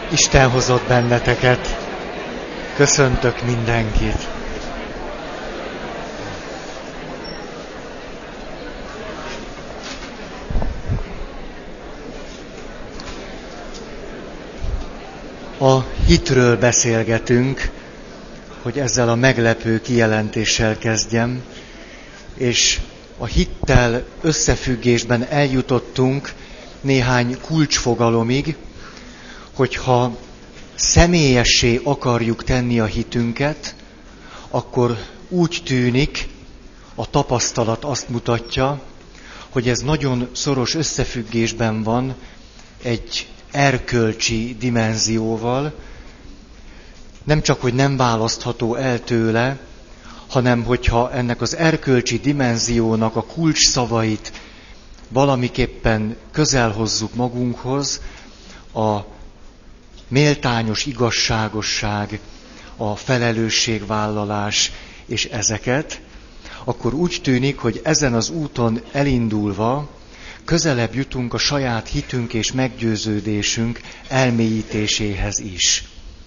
Isten hozott benneteket. Köszöntök mindenkit. A hitről beszélgetünk, hogy ezzel a meglepő kijelentéssel kezdjem, és a hittel összefüggésben eljutottunk néhány kulcsfogalomig, hogyha személyessé akarjuk tenni a hitünket, akkor úgy tűnik, a tapasztalat azt mutatja, hogy ez nagyon szoros összefüggésben van egy erkölcsi dimenzióval, nem csak, hogy nem választható el tőle, hanem hogyha ennek az erkölcsi dimenziónak a kulcsszavait valamiképpen közel hozzuk magunkhoz, a méltányos igazságosság, a felelősségvállalás és ezeket, akkor úgy tűnik, hogy ezen az úton elindulva közelebb jutunk a saját hitünk és meggyőződésünk elmélyítéséhez is.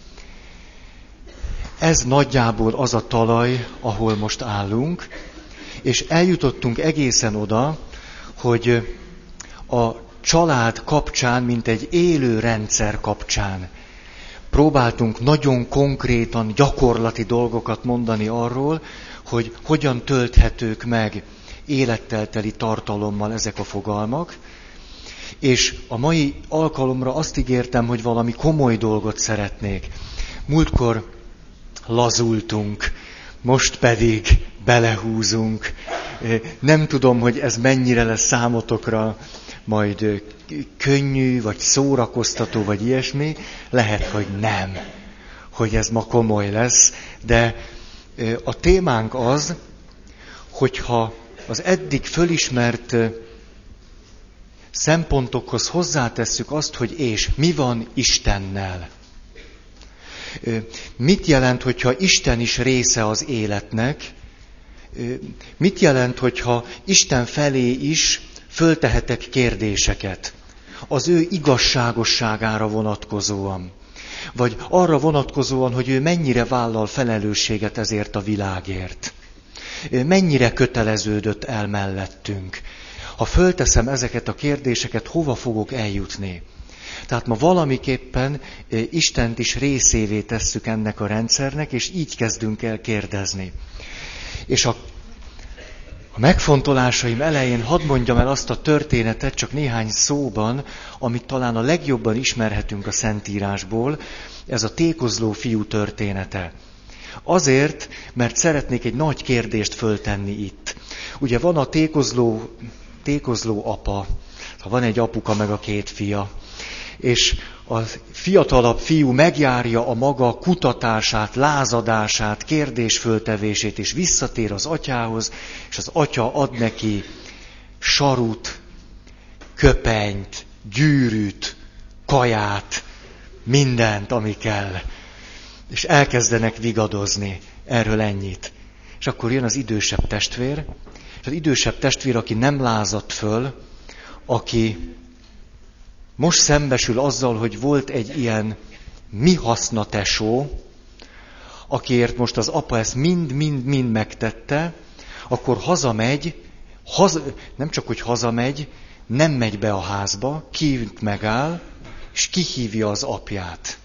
Ez nagyjából az a talaj, ahol most állunk, és eljutottunk egészen oda, hogy a család kapcsán, mint egy élő rendszer kapcsán próbáltunk nagyon konkrétan, gyakorlati dolgokat mondani arról, hogy hogyan tölthetők meg élettel teli tartalommal ezek a fogalmak, és a mai alkalomra azt ígértem, hogy valami komoly dolgot szeretnék. Múltkor lazultunk, most pedig belehúzunk. Nem tudom, hogy ez mennyire lesz számotokra majd könnyű, vagy szórakoztató, vagy ilyesmi. Lehet, hogy nem, hogy ez ma komoly lesz, de a témánk az, hogyha az eddig fölismert szempontokhoz hozzátesszük azt, hogy és mi van Istennel. Mit jelent, hogyha Isten is része az életnek? Mit jelent, hogyha Isten felé is föltehetek kérdéseket? Az ő igazságosságára vonatkozóan. Vagy arra vonatkozóan, hogy ő mennyire vállal felelősséget ezért a világért. Mennyire köteleződött el mellettünk. Ha fölteszem ezeket a kérdéseket, hova fogok eljutni? Tehát ma valamiképpen Istent is részévé tesszük ennek a rendszernek, és így kezdünk el kérdezni. És a megfontolásaim elején hadd mondjam el azt a történetet, csak néhány szóban, amit talán a legjobban ismerhetünk a Szentírásból, ez a tékozló fiú története. Azért, mert szeretnék egy nagy kérdést föltenni itt. Ugye van a tékozló apa, van egy apuka meg a két fia, és a fiatalabb fiú megjárja a maga kutatását, lázadását, kérdésföltevését, és visszatér az atyához, és az atya ad neki sarut, köpenyt, gyűrűt, kaját, mindent, ami kell. És elkezdenek vigadozni. Erről ennyit. És akkor jön az idősebb testvér, és az idősebb testvér, aki nem lázadt föl, aki most szembesül azzal, hogy volt egy ilyen mi haszna tesó, akiért most az apa ezt mind megtette, akkor hazamegy, nem csak, hogy hazamegy, nem megy be a házba, kint megáll, és kihívja az apját.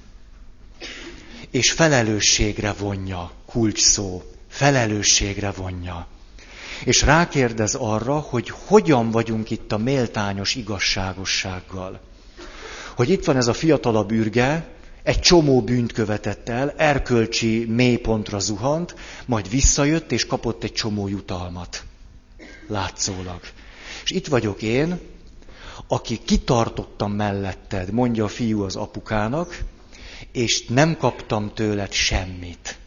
És felelősségre vonja, kulcs szó, felelősségre vonja. És rákérdez arra, hogy hogyan vagyunk itt a méltányos igazságossággal. Hogy itt van ez a fiatalabb ürge, egy csomó bűnt követett el, erkölcsi mélypontra zuhant, majd visszajött és kapott egy csomó jutalmat. Látszólag. És itt vagyok én, aki kitartottam melletted, mondja a fiú az apukának, és nem kaptam tőled semmit.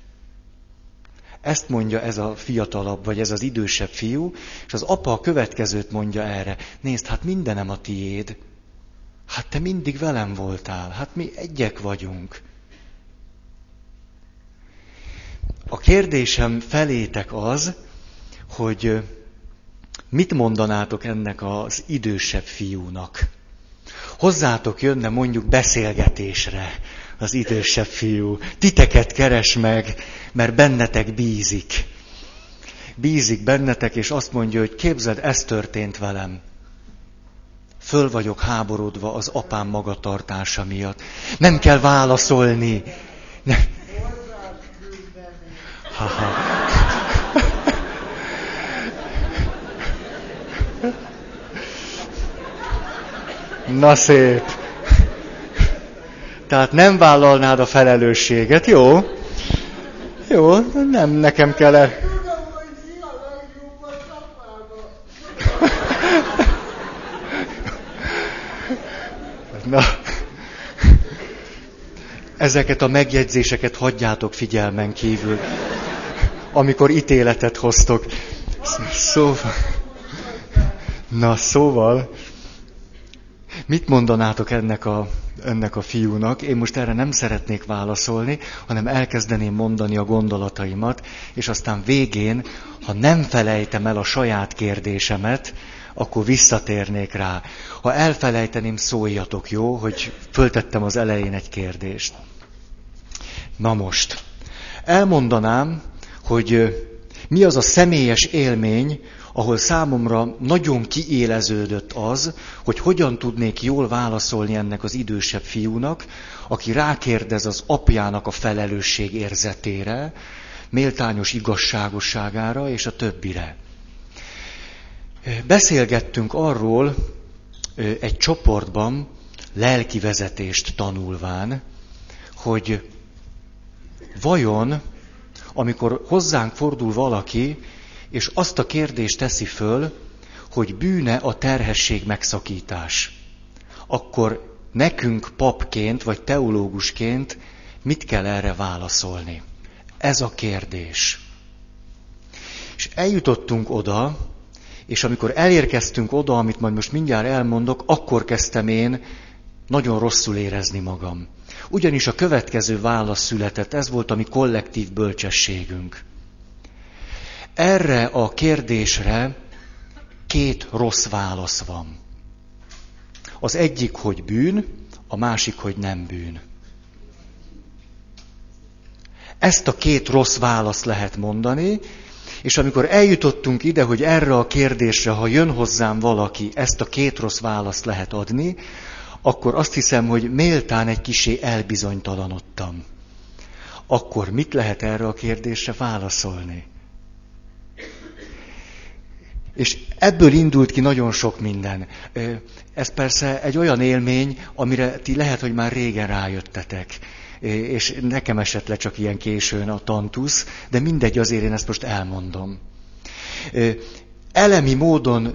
Ezt mondja ez a fiatalabb, vagy ez az idősebb fiú, és az apa a következőt mondja erre. Nézd, hát mindenem a tiéd. Hát te mindig velem voltál, hát mi egyek vagyunk. A kérdésem felétek az, hogy mit mondanátok ennek az idősebb fiúnak? Hozzátok jönne mondjuk beszélgetésre Az idősebb fiú. Titeket keres meg, mert bennetek bízik. Bízik bennetek, és azt mondja, hogy képzeld, ez történt velem. Föl vagyok háborodva az apám magatartása miatt. Nem kell válaszolni. Na szép. Tehát nem vállalnád a felelősséget, jó? Jó, nem nekem kell el... Na, ezeket a megjegyzéseket hagyjátok figyelmen kívül, amikor ítéletet hoztok. Szóval, mit mondanátok ennek a fiúnak? Én most erre nem szeretnék válaszolni, hanem elkezdeném mondani a gondolataimat, és aztán végén, ha nem felejtem el a saját kérdésemet, akkor visszatérnék rá. Ha elfelejteném, szóljatok, jó, hogy föltettem az elején egy kérdést. Na most, elmondanám, hogy mi az a személyes élmény, ahol számomra nagyon kiéleződött az, hogy hogyan tudnék jól válaszolni ennek az idősebb fiúnak, aki rákérdez az apjának a felelősség érzetére, méltányos igazságosságára és a többire. Beszélgettünk arról egy csoportban, lelkivezetést tanulván, hogy vajon, amikor hozzánk fordul valaki, és azt a kérdést teszi föl, hogy bűne a terhesség megszakítás, akkor nekünk papként vagy teológusként mit kell erre válaszolni? Ez a kérdés. És eljutottunk oda, és amikor elérkeztünk oda, amit majd most mindjárt elmondok, akkor kezdtem én nagyon rosszul érezni magam. Ugyanis a következő válasz született, ez volt a mi kollektív bölcsességünk. Erre a kérdésre 2 rossz válasz van. Az egyik, hogy bűn, a másik, hogy nem bűn. Ezt a 2 rossz választ lehet mondani, és amikor eljutottunk ide, hogy erre a kérdésre, ha jön hozzám valaki, ezt a 2 rossz választ lehet adni, akkor azt hiszem, hogy méltán egy kissé elbizonytalanodtam. Akkor mit lehet erre a kérdésre válaszolni? És ebből indult ki nagyon sok minden. Ez persze egy olyan élmény, amire ti lehet, hogy már régen rájöttetek. És nekem esett le csak ilyen későn a tantusz, de mindegy, azért én ezt most elmondom. Elemi módon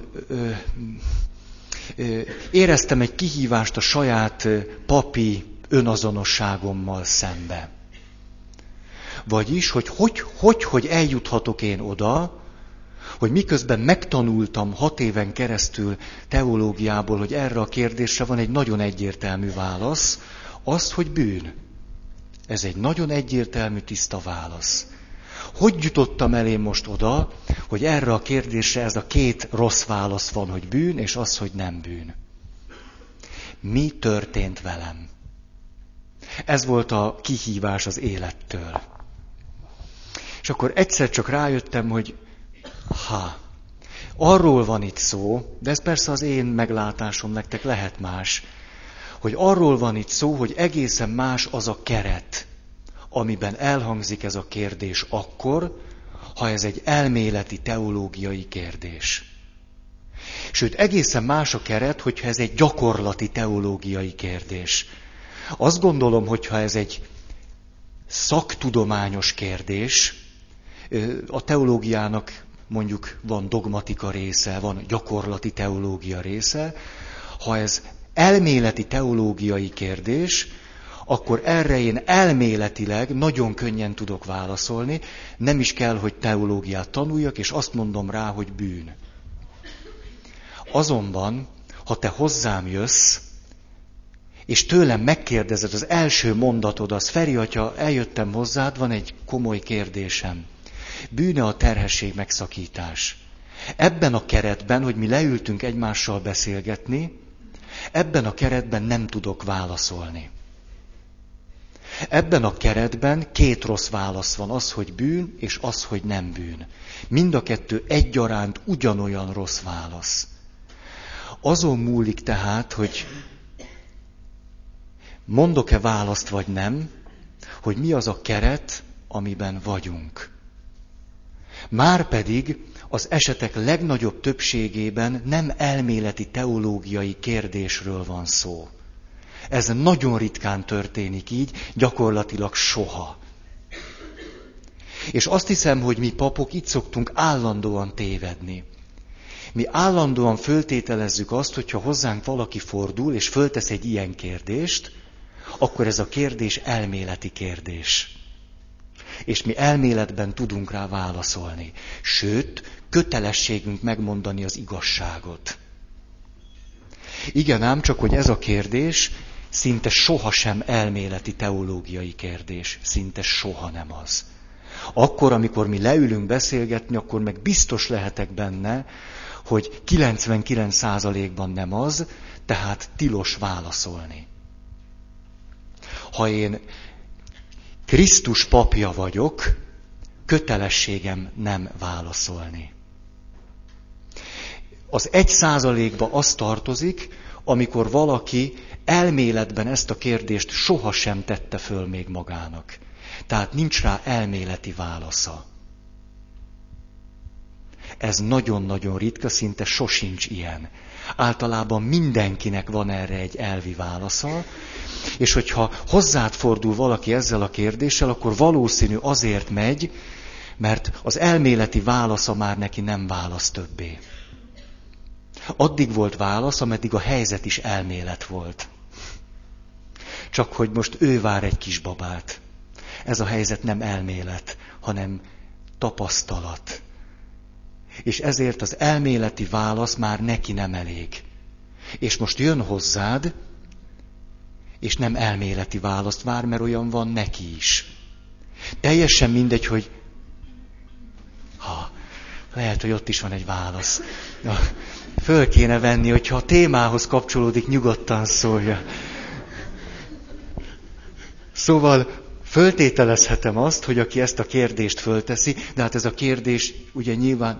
éreztem egy kihívást a saját papi önazonosságommal szembe. Vagyis, hogy eljuthatok én oda, hogy miközben megtanultam 6 éven keresztül teológiából, hogy erre a kérdésre van egy nagyon egyértelmű válasz, az, hogy bűn. Ez egy nagyon egyértelmű, tiszta válasz. Hogy jutottam el én most oda, hogy erre a kérdésre ez a 2 rossz válasz van, hogy bűn, és az, hogy nem bűn? Mi történt velem? Ez volt a kihívás az élettől. És akkor egyszer csak rájöttem, hogy arról van itt szó, de ez persze az én meglátásom, nektek lehet más, hogy arról van itt szó, hogy egészen más az a keret, amiben elhangzik ez a kérdés akkor, ha ez egy elméleti, teológiai kérdés. Sőt, egészen más a keret, hogyha ez egy gyakorlati, teológiai kérdés. Azt gondolom, hogyha ez egy szaktudományos kérdés, a teológiának mondjuk van dogmatika része, van gyakorlati teológia része, ha ez elméleti teológiai kérdés, akkor erre én elméletileg nagyon könnyen tudok válaszolni, nem is kell, hogy teológiát tanuljak, és azt mondom rá, hogy bűn. Azonban, ha te hozzám jössz, és tőlem megkérdezed, az első mondatod az, Feri atya, eljöttem hozzád, van egy komoly kérdésem. Bűne a terhesség megszakítás. Ebben a keretben, hogy mi leültünk egymással beszélgetni, ebben a keretben nem tudok válaszolni. Ebben a keretben 2 rossz válasz van, az, hogy bűn, és az, hogy nem bűn. Mind a 2 egyaránt ugyanolyan rossz válasz. Azon múlik tehát, hogy mondok-e választ vagy nem, hogy mi az a keret, amiben vagyunk. Márpedig az esetek legnagyobb többségében nem elméleti teológiai kérdésről van szó. Ez nagyon ritkán történik így, gyakorlatilag soha. És azt hiszem, hogy mi papok itt szoktunk állandóan tévedni. Mi állandóan föltételezzük azt, hogyha hozzánk valaki fordul, és föltesz egy ilyen kérdést, akkor ez a kérdés elméleti kérdés. És mi elméletben tudunk rá válaszolni. Sőt, kötelességünk megmondani az igazságot. Igen ám, csak hogy ez a kérdés szinte sohasem elméleti teológiai kérdés. Szinte soha nem az. Akkor, amikor mi leülünk beszélgetni, akkor meg biztos lehetek benne, hogy 99%-ban nem az, tehát tilos válaszolni. Ha én Krisztus papja vagyok, kötelességem nem válaszolni. Az 1%-ba az tartozik, amikor valaki elméletben ezt a kérdést sohasem tette föl még magának. Tehát nincs rá elméleti válasza. Ez nagyon-nagyon ritka, szinte sosincs ilyen. Általában mindenkinek van erre egy elvi válasza, és hogyha hozzád fordul valaki ezzel a kérdéssel, akkor valószínű azért megy, mert az elméleti válasza már neki nem válasz többé. Addig volt válasz, ameddig a helyzet is elmélet volt. Csak hogy most ő vár egy kisbabát. Ez a helyzet nem elmélet, hanem tapasztalat. És ezért az elméleti válasz már neki nem elég. És most jön hozzád, és nem elméleti választ vár, mert olyan van neki is. Teljesen mindegy, hogy lehet, hogy ott is van egy válasz. Föl kéne venni, hogyha a témához kapcsolódik, nyugodtan szólja. Szóval föltételezhetem azt, hogy aki ezt a kérdést fölteszi, de hát ez a kérdés ugye nyilván,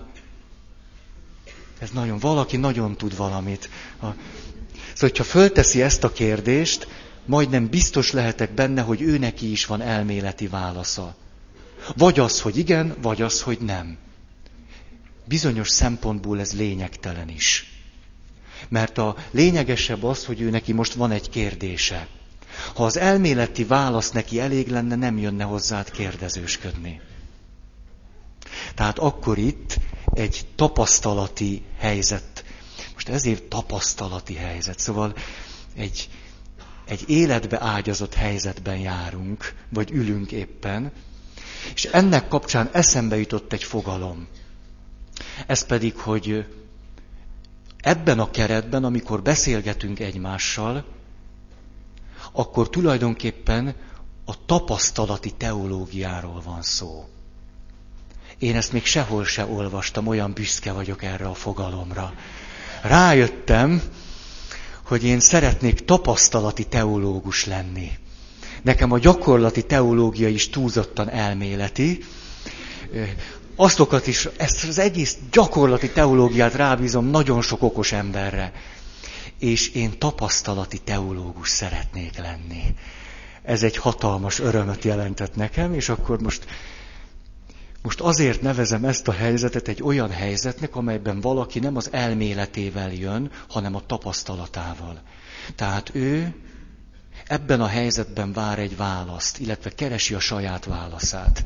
valaki nagyon tud valamit. Szóval, hogyha fölteszi ezt a kérdést, majdnem biztos lehetek benne, hogy ő neki is van elméleti válasza. Vagy az, hogy igen, vagy az, hogy nem. Bizonyos szempontból ez lényegtelen is. Mert a lényegesebb az, hogy ő neki most van egy kérdése. Ha az elméleti válasz neki elég lenne, nem jönne hozzád kérdezősködni. Tehát akkor itt egy tapasztalati helyzet. Most ezért tapasztalati helyzet. Szóval egy életbe ágyazott helyzetben járunk, vagy ülünk éppen, és ennek kapcsán eszembe jutott egy fogalom. Ez pedig, hogy ebben a keretben, amikor beszélgetünk egymással, akkor tulajdonképpen a tapasztalati teológiáról van szó. Én ezt még sehol se olvastam, olyan büszke vagyok erre a fogalomra. Rájöttem, hogy én szeretnék tapasztalati teológus lenni. Nekem a gyakorlati teológia is túlzottan elméleti. Azokat is, ezt az egész gyakorlati teológiát rábízom nagyon sok okos emberre. És én tapasztalati teológus szeretnék lenni. Ez egy hatalmas örömöt jelentett nekem, és akkor most azért nevezem ezt a helyzetet egy olyan helyzetnek, amelyben valaki nem az elméletével jön, hanem a tapasztalatával. Tehát ő ebben a helyzetben vár egy választ, illetve keresi a saját válaszát.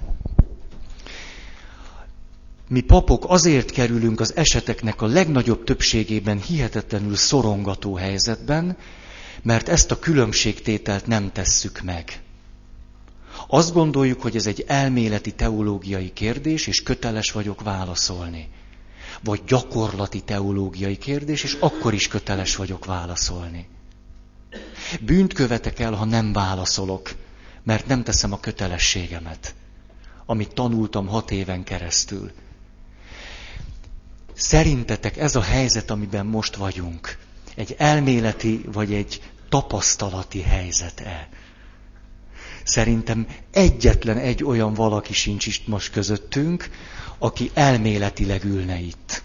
Mi papok azért kerülünk az eseteknek a legnagyobb többségében hihetetlenül szorongató helyzetben, mert ezt a különbségtételt nem tesszük meg. Azt gondoljuk, hogy ez egy elméleti teológiai kérdés, és köteles vagyok válaszolni. Vagy gyakorlati teológiai kérdés, és akkor is köteles vagyok válaszolni. Bűnt követek el, ha nem válaszolok, mert nem teszem a kötelességemet, amit tanultam 6 éven keresztül. Szerintetek ez a helyzet, amiben most vagyunk, egy elméleti vagy egy tapasztalati helyzet-e? Szerintem egyetlen egy olyan valaki sincs itt most közöttünk, aki elméletileg ülne itt.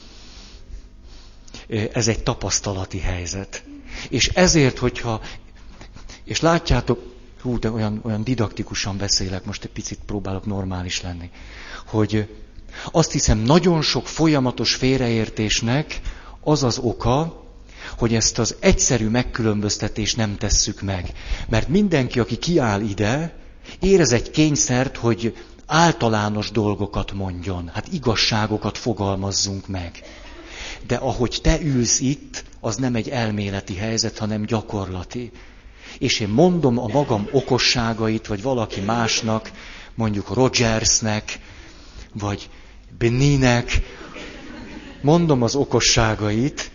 Ez egy tapasztalati helyzet. És ezért, és látjátok, de olyan didaktikusan beszélek, most egy picit próbálok normális lenni, hogy azt hiszem, nagyon sok folyamatos félreértésnek az az oka, hogy ezt az egyszerű megkülönböztetést nem tesszük meg. Mert mindenki, aki kiáll ide, érez egy kényszert, hogy általános dolgokat mondjon, hát igazságokat fogalmazzunk meg. De ahogy te ülsz itt, az nem egy elméleti helyzet, hanem gyakorlati. És én mondom a magam okosságait, vagy valaki másnak, mondjuk Rogersnek, vagy Benninek, mondom az okosságait,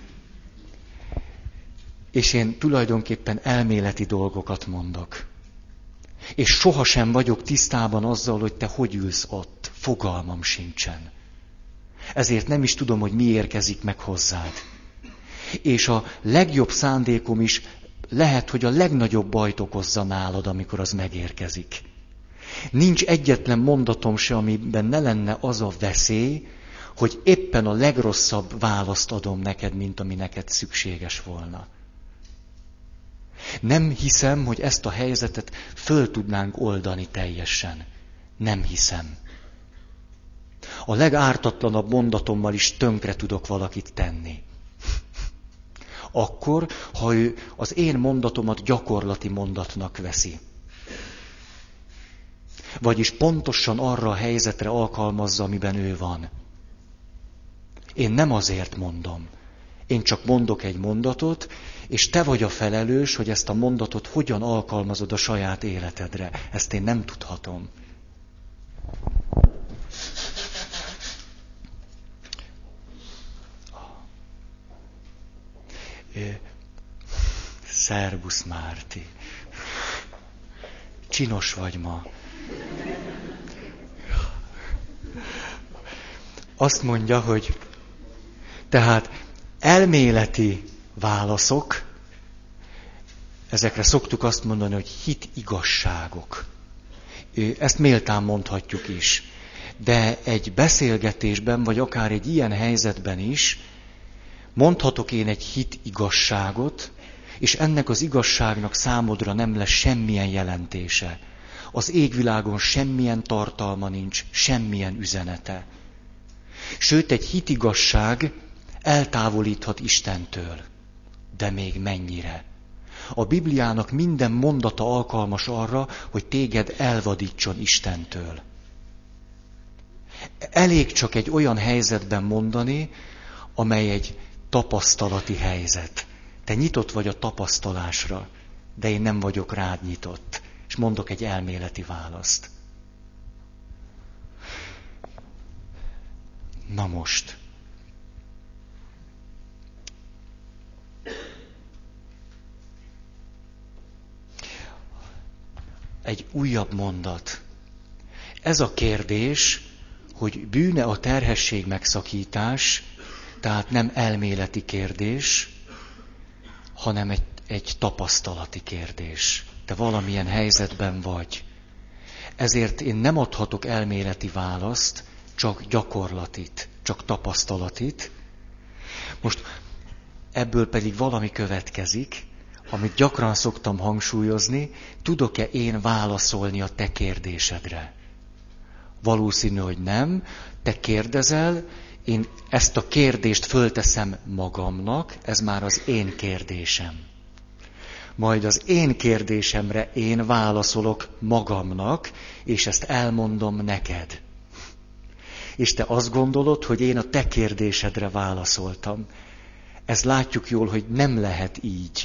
és én tulajdonképpen elméleti dolgokat mondok. És sohasem vagyok tisztában azzal, hogy te hogy ülsz ott. Fogalmam sincsen. Ezért nem is tudom, hogy mi érkezik meg hozzád. És a legjobb szándékom is lehet, hogy a legnagyobb bajt okozza nálad, amikor az megérkezik. Nincs egyetlen mondatom se, amiben ne lenne az a veszély, hogy éppen a legrosszabb választ adom neked, mint ami neked szükséges volna. Nem hiszem, hogy ezt a helyzetet föl tudnánk oldani teljesen. Nem hiszem. A legártatlanabb mondatommal is tönkre tudok valakit tenni. Akkor, ha ő az én mondatomat gyakorlati mondatnak veszi. Vagyis pontosan arra a helyzetre alkalmazza, amiben ő van. Én nem azért mondom. Én csak mondok egy mondatot, és te vagy a felelős, hogy ezt a mondatot hogyan alkalmazod a saját életedre. Ezt én nem tudhatom. Szerbusz Márti. Csinos vagy ma. Azt mondja, hogy tehát elméleti válaszok, ezekre szoktuk azt mondani, hogy hit igazságok. Ezt méltán mondhatjuk is. De egy beszélgetésben, vagy akár egy ilyen helyzetben is mondhatok én egy hit igazságot, és ennek az igazságnak számodra nem lesz semmilyen jelentése. Az égvilágon semmilyen tartalma nincs, semmilyen üzenete. Sőt, egy hitigasság eltávolíthat Istentől. De még mennyire? A Bibliának minden mondata alkalmas arra, hogy téged elvadítson Istentől. Elég csak egy olyan helyzetben mondani, amely egy tapasztalati helyzet. Te nyitott vagy a tapasztalásra, de én nem vagyok rád nyitott. És mondok egy elméleti választ. Na most. Egy újabb mondat. Ez a kérdés, hogy bűne a terhesség megszakítás, tehát nem elméleti kérdés, hanem egy tapasztalati kérdés. Te valamilyen helyzetben vagy. Ezért én nem adhatok elméleti választ, csak gyakorlatit, csak tapasztalatit. Most ebből pedig valami következik, amit gyakran szoktam hangsúlyozni, tudok-e én válaszolni a te kérdésedre? Valószínű, hogy nem. Te kérdezel, én ezt a kérdést fölteszem magamnak, ez már az én kérdésem. Majd az én kérdésemre én válaszolok magamnak, és ezt elmondom neked. És te azt gondolod, hogy én a te kérdésedre válaszoltam. Ezt látjuk jól, hogy nem lehet így.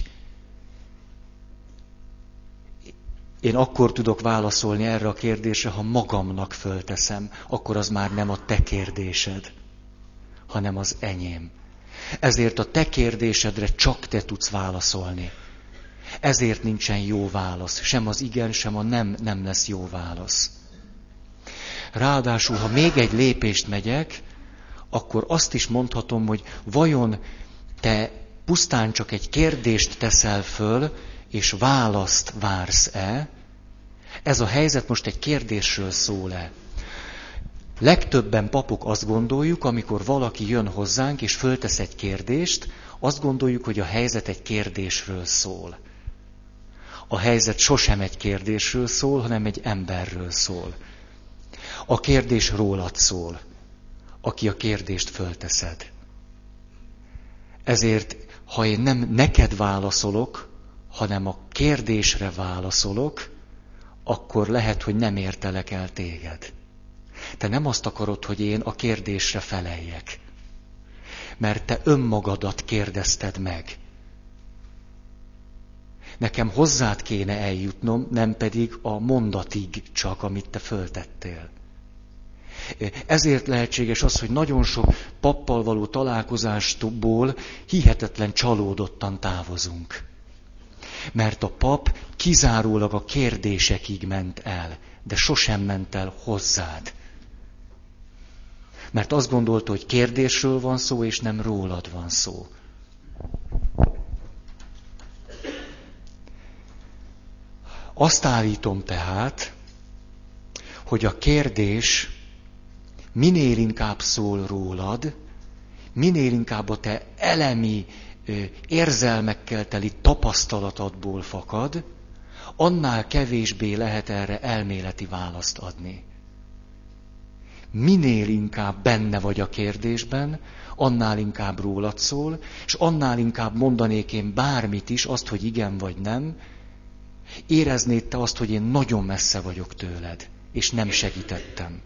Én akkor tudok válaszolni erre a kérdésre, ha magamnak fölteszem, akkor az már nem a te kérdésed, hanem az enyém. Ezért a te kérdésedre csak te tudsz válaszolni. Ezért nincsen jó válasz. Sem az igen, sem a nem lesz jó válasz. Ráadásul, ha még egy lépést megyek, akkor azt is mondhatom, hogy vajon te pusztán csak egy kérdést teszel föl, és választ vársz-e, Ez a helyzet most egy kérdésről szól-e? Legtöbben papok azt gondoljuk, amikor valaki jön hozzánk és föltesz egy kérdést, azt gondoljuk, hogy a helyzet egy kérdésről szól. A helyzet sosem egy kérdésről szól, hanem egy emberről szól. A kérdés rólad szól, aki a kérdést fölteszed. Ezért, ha én nem neked válaszolok, hanem a kérdésre válaszolok, akkor lehet, hogy nem értelek el téged. Te nem azt akarod, hogy én a kérdésre feleljek. Mert te önmagadat kérdezted meg. Nekem hozzád kéne eljutnom, nem pedig a mondatig csak, amit te föltettél. Ezért lehetséges az, hogy nagyon sok pappal való találkozásból hihetetlen csalódottan távozunk. Mert a pap kizárólag a kérdésekig ment el, de sosem ment el hozzád. Mert azt gondolta, hogy kérdésről van szó, és nem rólad van szó. Azt állítom tehát, hogy a kérdés minél inkább szól rólad, minél inkább a te elemi érzelmekkel teli tapasztalatodból fakad, annál kevésbé lehet erre elméleti választ adni. Minél inkább benne vagy a kérdésben, annál inkább rólad szól, és annál inkább mondanék én bármit is, azt, hogy igen vagy nem, éreznéd te azt, hogy én nagyon messze vagyok tőled, és nem segítettem.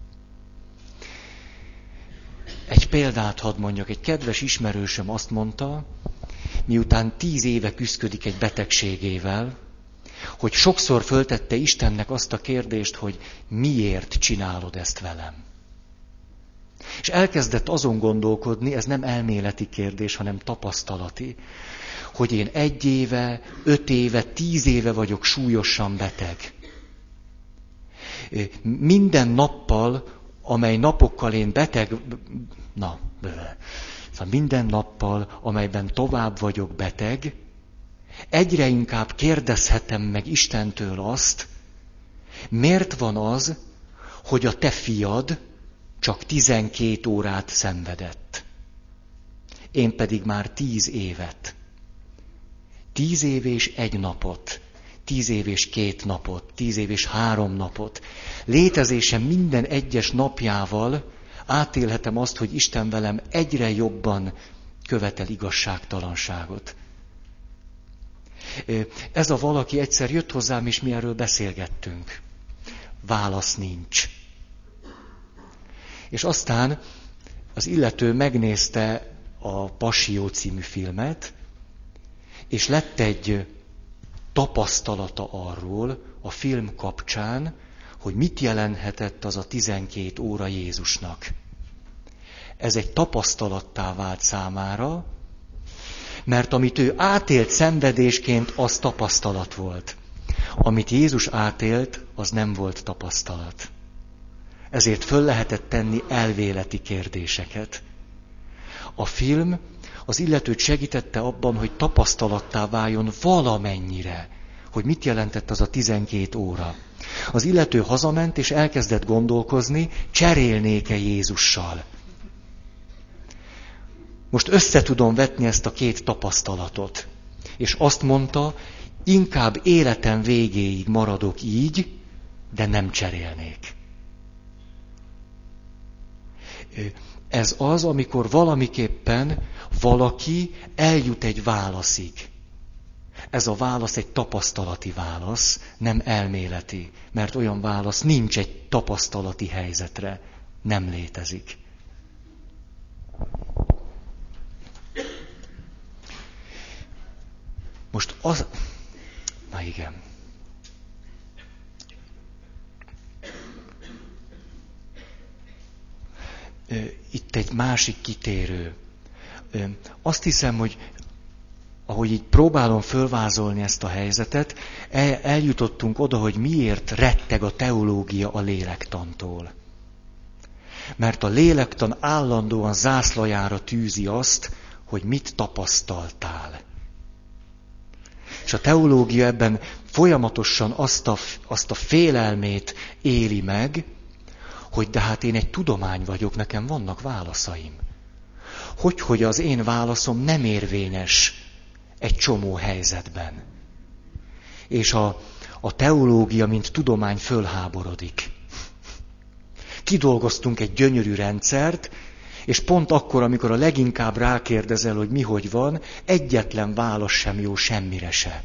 Egy példát hadd mondjak, egy kedves ismerősöm azt mondta, miután 10 éve küszködik egy betegségével, hogy sokszor föltette Istennek azt a kérdést, hogy miért csinálod ezt velem. És elkezdett azon gondolkodni, ez nem elméleti kérdés, hanem tapasztalati, hogy én 1 éve, 5 éve, 10 éve vagyok súlyosan beteg. Minden nappal, amely napokkal én beteg, szóval minden nappal, amelyben tovább vagyok beteg, egyre inkább kérdezhetem meg Istentől azt, miért van az, hogy a te fiad csak 12 órát szenvedett. Én pedig már 10 évet. 10 év és 1 napot. 10 év és 2 napot. 10 év és 3 napot. Létezésem minden egyes napjával átélhetem azt, hogy Isten velem egyre jobban követel igazságtalanságot. Ez a valaki egyszer jött hozzám, és mi erről beszélgettünk. Válasz nincs. És aztán az illető megnézte a Passió című filmet, és lett egy tapasztalata arról a film kapcsán, hogy mit jelenthetett az a 12 óra Jézusnak. Ez egy tapasztalattá vált számára, mert amit ő átélt szenvedésként, az tapasztalat volt. Amit Jézus átélt, az nem volt tapasztalat. Ezért föl lehetett tenni elméleti kérdéseket. A film az illetőt segítette abban, hogy tapasztalattá váljon valamennyire, hogy mit jelentett az a 12 óra. Az illető hazament, és elkezdett gondolkozni, cserélnék-e Jézussal. Most össze tudom vetni ezt a 2 tapasztalatot. És azt mondta, inkább életem végéig maradok így, de nem cserélnék. Ez az, amikor valamiképpen valaki eljut egy válaszig. Ez a válasz egy tapasztalati válasz, nem elméleti, mert olyan válasz nincs egy tapasztalati helyzetre, nem létezik. Most az... Na igen. Itt egy másik kitérő. Azt hiszem, hogy ahogy így próbálom fölvázolni ezt a helyzetet, eljutottunk oda, hogy miért retteg a teológia a lélektantól. Mert a lélektan állandóan zászlajára tűzi azt, hogy mit tapasztaltál. És a teológia ebben folyamatosan azt a félelmét éli meg, hogy de hát én egy tudomány vagyok, nekem vannak válaszaim. Hogy az én válaszom nem érvényes egy csomó helyzetben. És a teológia, mint tudomány fölháborodik. Kidolgoztunk egy gyönyörű rendszert, és pont akkor, amikor a leginkább rákérdezel, hogy mi hogy van, egyetlen válasz sem jó semmire se.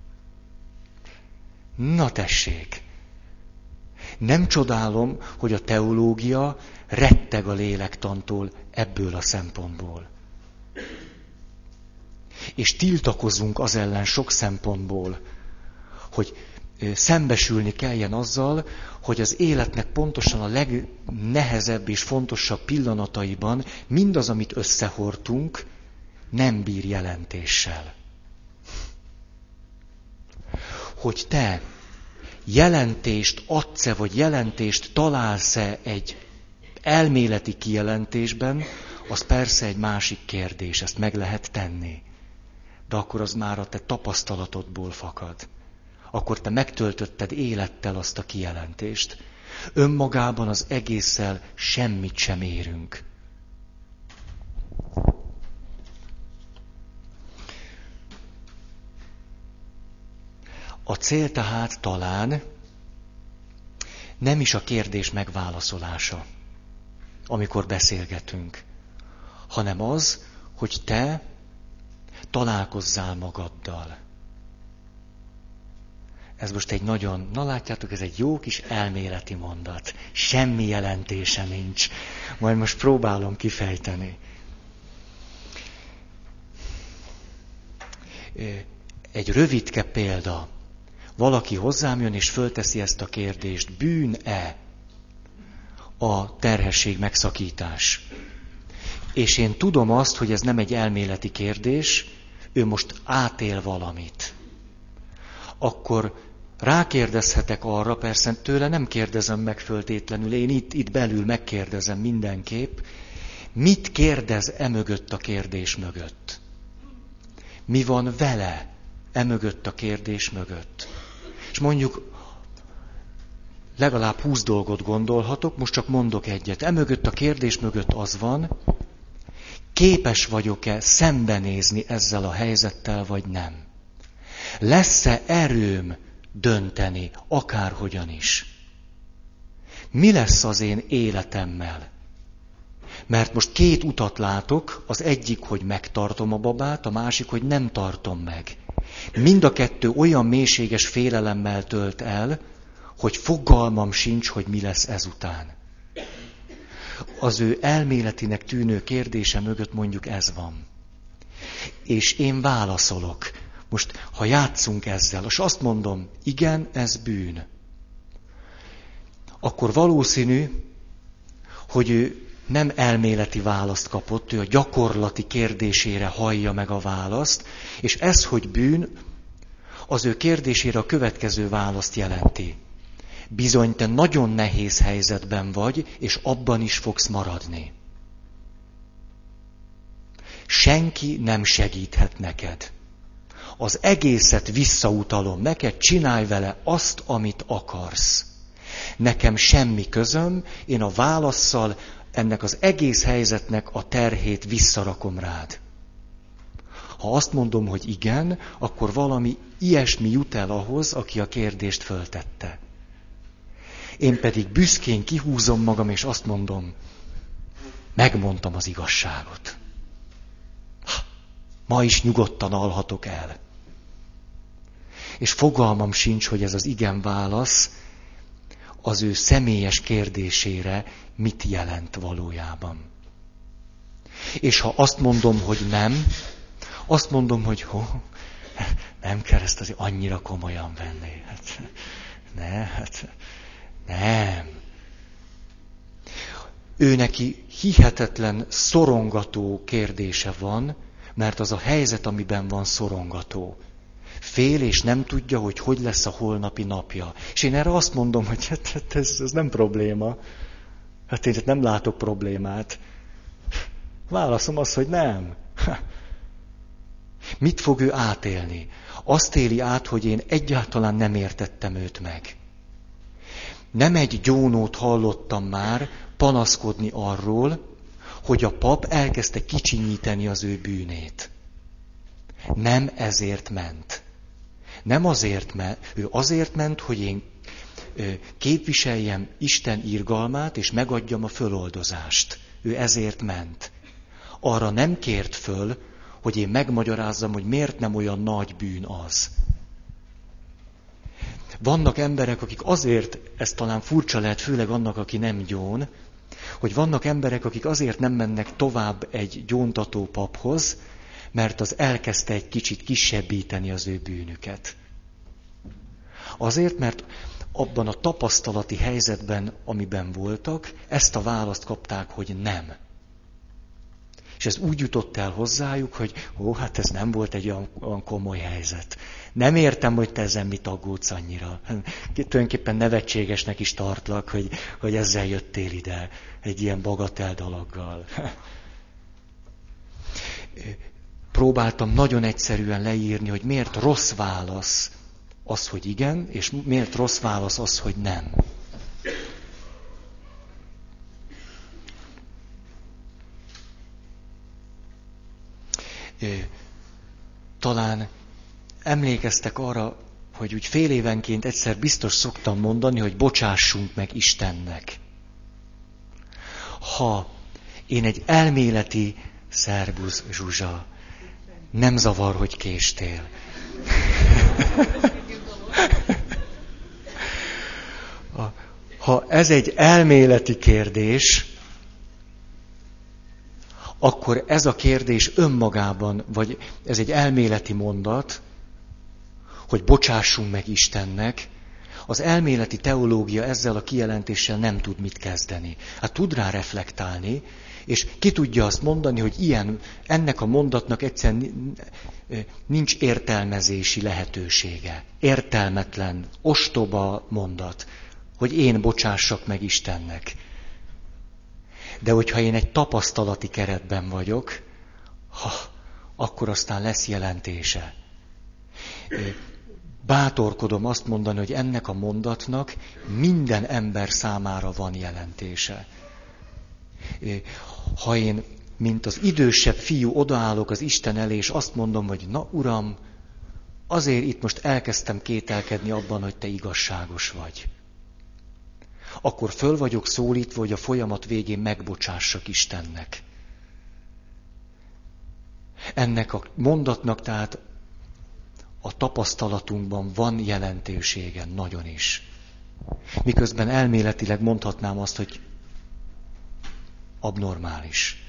Na tessék! Nem csodálom, hogy a teológia retteg a lélektantól ebből a szempontból. És tiltakozunk az ellen sok szempontból, hogy szembesülni kelljen azzal, hogy az életnek pontosan a legnehezebb és fontosabb pillanataiban mindaz, amit összehordtunk, nem bír jelentéssel. Hogy te jelentést adsz-e, vagy jelentést találsz-e egy elméleti kijelentésben, az persze egy másik kérdés, ezt meg lehet tenni. De akkor az már a te tapasztalatodból fakad. Akkor te megtöltötted élettel azt a kijelentést. Önmagában az egésszel semmit sem érünk. A cél tehát talán nem is a kérdés megválaszolása, amikor beszélgetünk, hanem az, hogy te találkozzál magaddal. Ez most egy nagyon, na látjátok, ez egy jó kis elméleti mondat. Semmi jelentése nincs. Majd most próbálom kifejteni. Egy rövidke példa. Valaki hozzám jön és fölteszi ezt a kérdést. Bűn-e a terhesség megszakítás? És én tudom azt, hogy ez nem egy elméleti kérdés, ő most átél valamit. Akkor rákérdezhetek arra, persze tőle nem kérdezem meg föltétlenül, én itt belül megkérdezem mindenképp, mit kérdez emögött a kérdés mögött? Mi van vele emögött a kérdés mögött? És mondjuk legalább 20 dolgot gondolhatok, most csak mondok egyet. Emögött a kérdés mögött az van, képes vagyok-e szembenézni ezzel a helyzettel, vagy nem? Lesz-e erőm dönteni, akárhogyan is? Mi lesz az én életemmel? Mert most két utat látok, az egyik, hogy megtartom a babát, a másik, hogy nem tartom meg. Mind a kettő olyan mélységes félelemmel tölt el, hogy fogalmam sincs, hogy mi lesz ezután. Az ő elméletinek tűnő kérdése mögött mondjuk ez van. És én válaszolok. Most, ha játszunk ezzel, és azt mondom, igen, ez bűn, akkor valószínű, hogy ő nem elméleti választ kapott, ő a gyakorlati kérdésére hallja meg a választ, és ez, hogy bűn, az ő kérdésére a következő választ jelenti. Bizony, te nagyon nehéz helyzetben vagy, és abban is fogsz maradni. Senki nem segíthet neked. Az egészet visszautalom neked, csinálj vele azt, amit akarsz. Nekem semmi közöm, én a válasszal ennek az egész helyzetnek a terhét visszarakom rád. Ha azt mondom, hogy igen, akkor valami ilyesmi jut el ahhoz, aki a kérdést föltette. Én pedig büszkén kihúzom magam, és azt mondom, megmondtam az igazságot. Ma is nyugodtan alhatok el. És fogalmam sincs, hogy ez az igen válasz az ő személyes kérdésére mit jelent valójában. És ha azt mondom, hogy nem, azt mondom, hogy nem kell ezt azért annyira komolyan venni. Nem. Ő neki hihetetlen szorongató kérdése van, mert az a helyzet, amiben van, szorongató. Fél és nem tudja, hogy lesz a holnapi napja. És én erre azt mondom, hogy ez nem probléma. Hát én nem látok problémát. Válaszom az, hogy nem. Mit fog ő átélni? Azt éli át, hogy én egyáltalán nem értettem őt meg. Nem egy gyónót hallottam már panaszkodni arról, hogy a pap elkezdte kicsinyíteni az ő bűnét. Nem ezért ment. Nem azért ment, ő azért ment, hogy én képviseljem Isten irgalmát, és megadjam a föloldozást. Ő ezért ment. Arra nem kért föl, hogy én megmagyarázzam, hogy miért nem olyan nagy bűn az. Vannak emberek, akik azért, ez talán furcsa lehet, főleg annak, aki nem gyón, hogy vannak emberek, akik azért nem mennek tovább egy gyóntató paphoz, mert az elkezdte egy kicsit kisebbíteni az ő bűnüket. Azért, mert abban a tapasztalati helyzetben, amiben voltak, ezt a választ kapták, hogy nem. És ez úgy jutott el hozzájuk, hogy hát ez nem volt egy olyan komoly helyzet. Nem értem, hogy te ezen mit aggódsz annyira. Tulajdonképpen nevetségesnek is tartlak, hogy ezzel jöttél ide, egy ilyen bagatel dologgal. Próbáltam nagyon egyszerűen leírni, hogy miért rossz válasz az, hogy igen, és miért rossz válasz az, hogy nem. Talán emlékeztek arra, hogy úgy fél évenként egyszer biztos szoktam mondani, hogy bocsássunk meg Istennek. Ha én egy elméleti szerbusz, Zsuzsa, nem zavar, hogy késtél. Ha ez egy elméleti kérdés, akkor ez a kérdés önmagában, vagy ez egy elméleti mondat, hogy bocsássunk meg Istennek, az elméleti teológia ezzel a kijelentéssel nem tud mit kezdeni. Hát tud rá reflektálni, és ki tudja azt mondani, hogy ennek a mondatnak egyszerűen nincs értelmezési lehetősége. Értelmetlen, ostoba mondat, hogy én bocsássak meg Istennek. De hogyha én egy tapasztalati keretben vagyok, akkor aztán lesz jelentése. Bátorkodom azt mondani, hogy ennek a mondatnak minden ember számára van jelentése. Ha én, mint az idősebb fiú odaállok az Isten elé, és azt mondom, hogy na Uram, azért itt most elkezdtem kételkedni abban, hogy te igazságos vagy. Akkor föl vagyok szólítva, hogy a folyamat végén megbocsássak Istennek. Ennek a mondatnak tehát a tapasztalatunkban van jelentősége, nagyon is. Miközben elméletileg mondhatnám azt, hogy abnormális.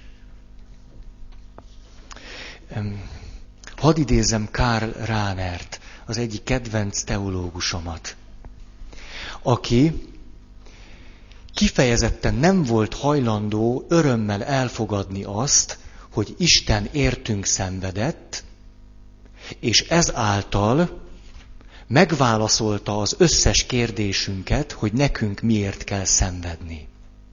Hadd idézzem Karl Rahnert, az egyik kedvenc teológusomat, aki kifejezetten nem volt hajlandó örömmel elfogadni azt, hogy Isten értünk szenvedett, és ezáltal megválaszolta az összes kérdésünket, hogy nekünk miért kell szenvedni.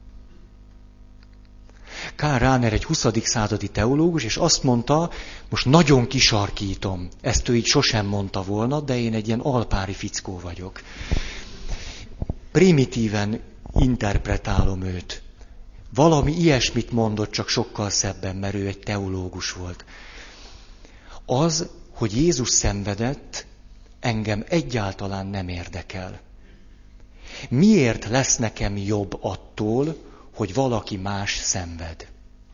Karl Rahner egy 20. századi teológus, és azt mondta, most nagyon kisarkítom, ezt ő így sosem mondta volna, de én egy ilyen alpári fickó vagyok. Primitíven interpretálom őt. Valami ilyesmit mondott, csak sokkal szebben, mert ő egy teológus volt. Az, hogy Jézus szenvedett, engem egyáltalán nem érdekel. Miért lesz nekem jobb attól, hogy valaki más szenved?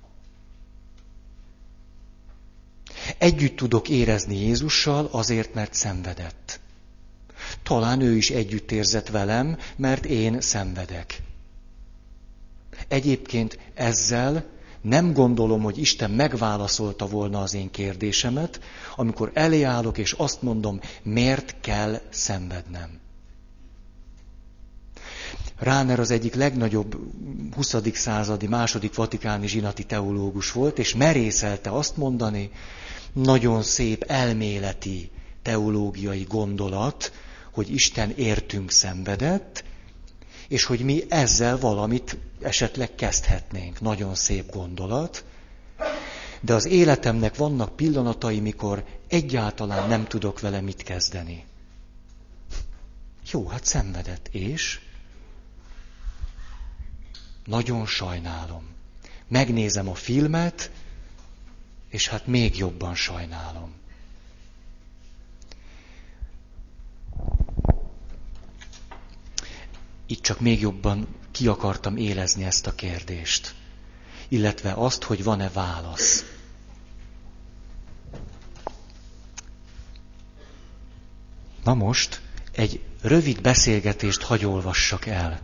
Együtt tudok érezni Jézussal azért, mert szenvedett. Talán ő is együtt érzett velem, mert én szenvedek. Egyébként ezzel nem gondolom, hogy Isten megválaszolta volna az én kérdésemet, amikor elé állok, és azt mondom, miért kell szenvednem. Rahner az egyik legnagyobb 20. századi, második vatikáni zsinati teológus volt, és merészelte azt mondani, nagyon szép elméleti teológiai gondolat, hogy Isten értünk szenvedett, és hogy mi ezzel valamit esetleg kezdhetnénk. Nagyon szép gondolat. De az életemnek vannak pillanatai, mikor egyáltalán nem tudok vele mit kezdeni. Jó, hát szenvedett, és? Nagyon sajnálom. Megnézem a filmet, és hát még jobban sajnálom. Itt csak még jobban ki akartam élezni ezt a kérdést. Illetve azt, hogy van-e válasz. Na most egy rövid beszélgetést hadd olvassak el.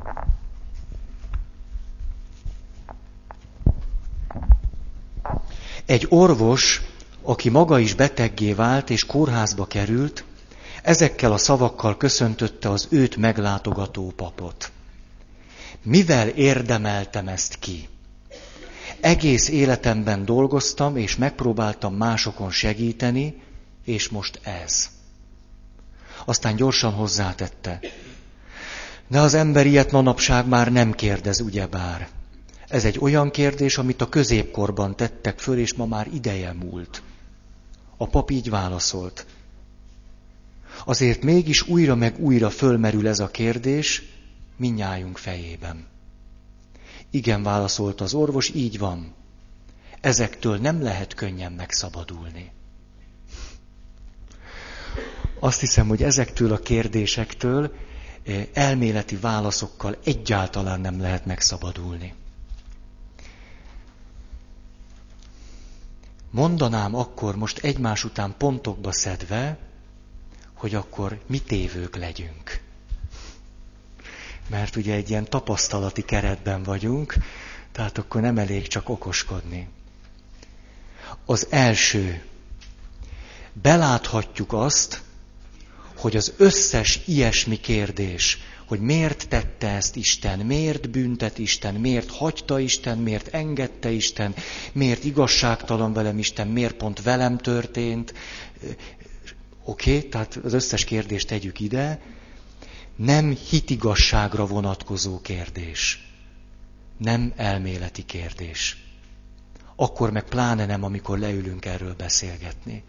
Egy orvos, aki maga is beteggé vált és kórházba került, ezekkel a szavakkal köszöntötte az őt meglátogató papot. Mivel érdemeltem ezt ki? Egész életemben dolgoztam, és megpróbáltam másokon segíteni, és most ez. Aztán gyorsan hozzátette. De az ember ilyet manapság már nem kérdez, ugyebár. Ez egy olyan kérdés, amit a középkorban tettek föl, és ma már ideje múlt. A pap így válaszolt. Azért mégis újra meg újra fölmerül ez a kérdés mindnyájunk fejében. Igen, válaszolt az orvos, így van. Ezektől nem lehet könnyen megszabadulni. Azt hiszem, hogy ezektől a kérdésektől elméleti válaszokkal egyáltalán nem lehet megszabadulni. Mondanám akkor most egymás után pontokba szedve, hogy akkor mi tévők legyünk. Mert ugye egy ilyen tapasztalati keretben vagyunk, tehát akkor nem elég csak okoskodni. Az első, beláthatjuk azt, hogy az összes ilyesmi kérdés, hogy miért tette ezt Isten, miért büntet Isten, miért hagyta Isten, miért engedte Isten, miért igazságtalan velem Isten, miért pont velem történt. Oké, tehát az összes kérdést tegyük ide. Nem hitigasságra vonatkozó kérdés. Nem elméleti kérdés. Akkor meg pláne nem, amikor leülünk erről beszélgetni.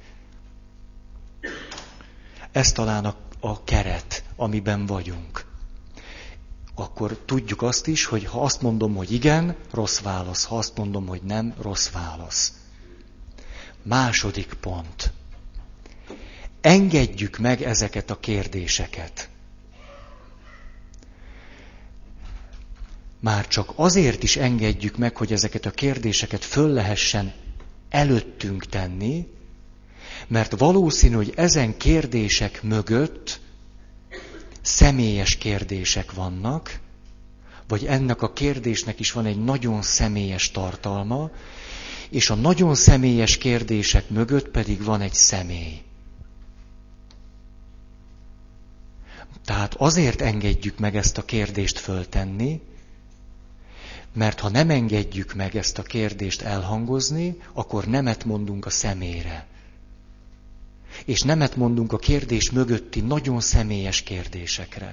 Ez talán a keret, amiben vagyunk. Akkor tudjuk azt is, hogy ha azt mondom, hogy igen, rossz válasz. Ha azt mondom, hogy nem, rossz válasz. Második pont. Engedjük meg ezeket a kérdéseket. Már csak azért is engedjük meg, hogy ezeket a kérdéseket föl lehessen előttünk tenni, mert valószínű, hogy ezen kérdések mögött személyes kérdések vannak, vagy ennek a kérdésnek is van egy nagyon személyes tartalma, és a nagyon személyes kérdések mögött pedig van egy személy. Tehát azért engedjük meg ezt a kérdést föltenni, mert ha nem engedjük meg ezt a kérdést elhangozni, akkor nemet mondunk a személyre. És nemet mondunk a kérdés mögötti nagyon személyes kérdésekre.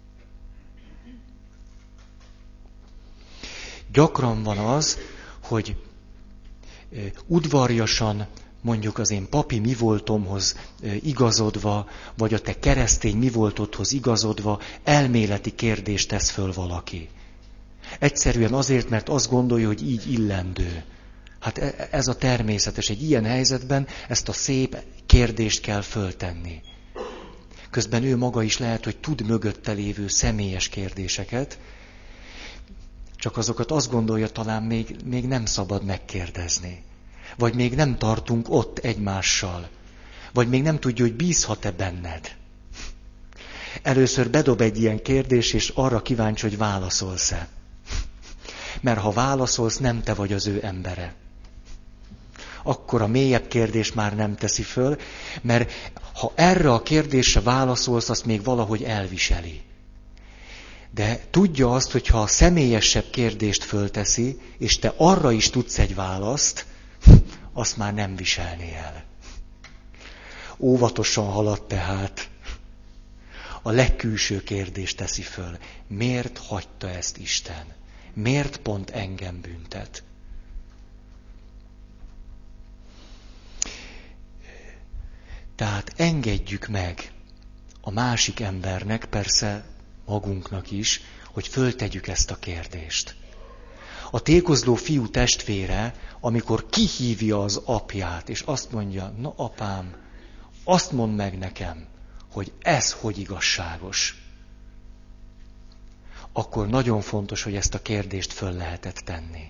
Gyakran van az, hogy udvarjasan, mondjuk az én papi mi voltomhoz igazodva, vagy a te keresztény mi voltodhoz igazodva elméleti kérdést tesz föl valaki. Egyszerűen azért, mert azt gondolja, hogy így illendő. Hát ez a természetes. Egy ilyen helyzetben ezt a szép kérdést kell föltenni. Közben ő maga is lehet, hogy tud mögötte lévő személyes kérdéseket, csak azokat azt gondolja, talán még nem szabad megkérdezni. Vagy még nem tartunk ott egymással. Vagy még nem tudja, hogy bízhat-e benned. Először bedob egy ilyen kérdés, és arra kíváncsi, hogy válaszolsz-e. Mert ha válaszolsz, nem te vagy az ő embere. Akkor a mélyebb kérdés már nem teszi föl, mert ha erre a kérdésre válaszolsz, azt még valahogy elviseli. De tudja azt, hogy ha a személyesebb kérdést fölteszi, és te arra is tudsz egy választ, azt már nem viselni el. Óvatosan halad tehát. A legkülső kérdést teszi föl. Miért hagyta ezt Isten? Miért pont engem büntet? Tehát engedjük meg a másik embernek, persze magunknak is, hogy föltegyük ezt a kérdést. A tékozló fiú testvére, amikor kihívja az apját, és azt mondja, na apám, azt mondd meg nekem, hogy ez hogy igazságos. Akkor nagyon fontos, hogy ezt a kérdést föl lehetett tenni.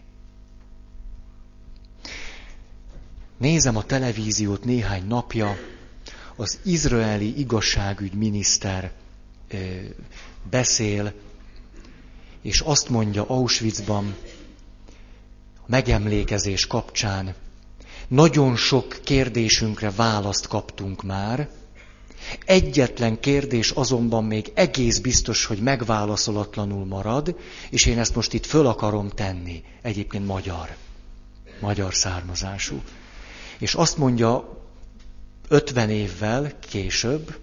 Nézem a televíziót néhány napja, az izraeli igazságügyminiszter beszél, és azt mondja Auschwitzban, a megemlékezés kapcsán, nagyon sok kérdésünkre választ kaptunk már, egyetlen kérdés azonban még egész biztos, hogy megválaszolatlanul marad, és én ezt most itt föl akarom tenni. Egyébként magyar származású. És azt mondja 50 évvel később,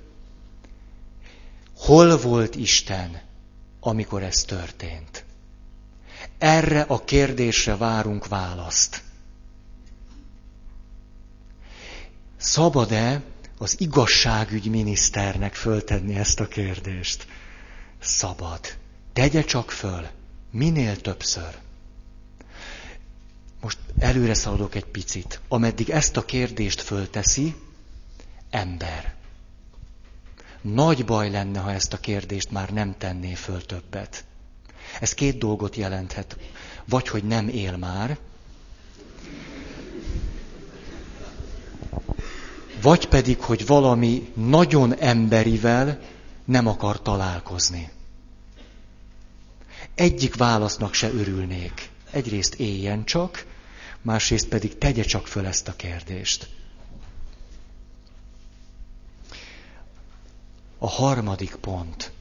hol volt Isten, amikor ez történt? Erre a kérdésre várunk választ. Szabad-e az igazságügyminiszternek föltenni ezt a kérdést? Szabad. Tegye csak föl. Minél többször. Most előre szaladok egy picit. Ameddig ezt a kérdést fölteszi, ember. Nagy baj lenne, ha ezt a kérdést már nem tenné föl többet. Ez két dolgot jelenthet. Vagy, hogy nem él már, vagy pedig, hogy valami nagyon emberivel nem akar találkozni. Egyik válasznak se örülnék. Egyrészt éljen csak, másrészt pedig tegye csak föl ezt a kérdést. A harmadik pont.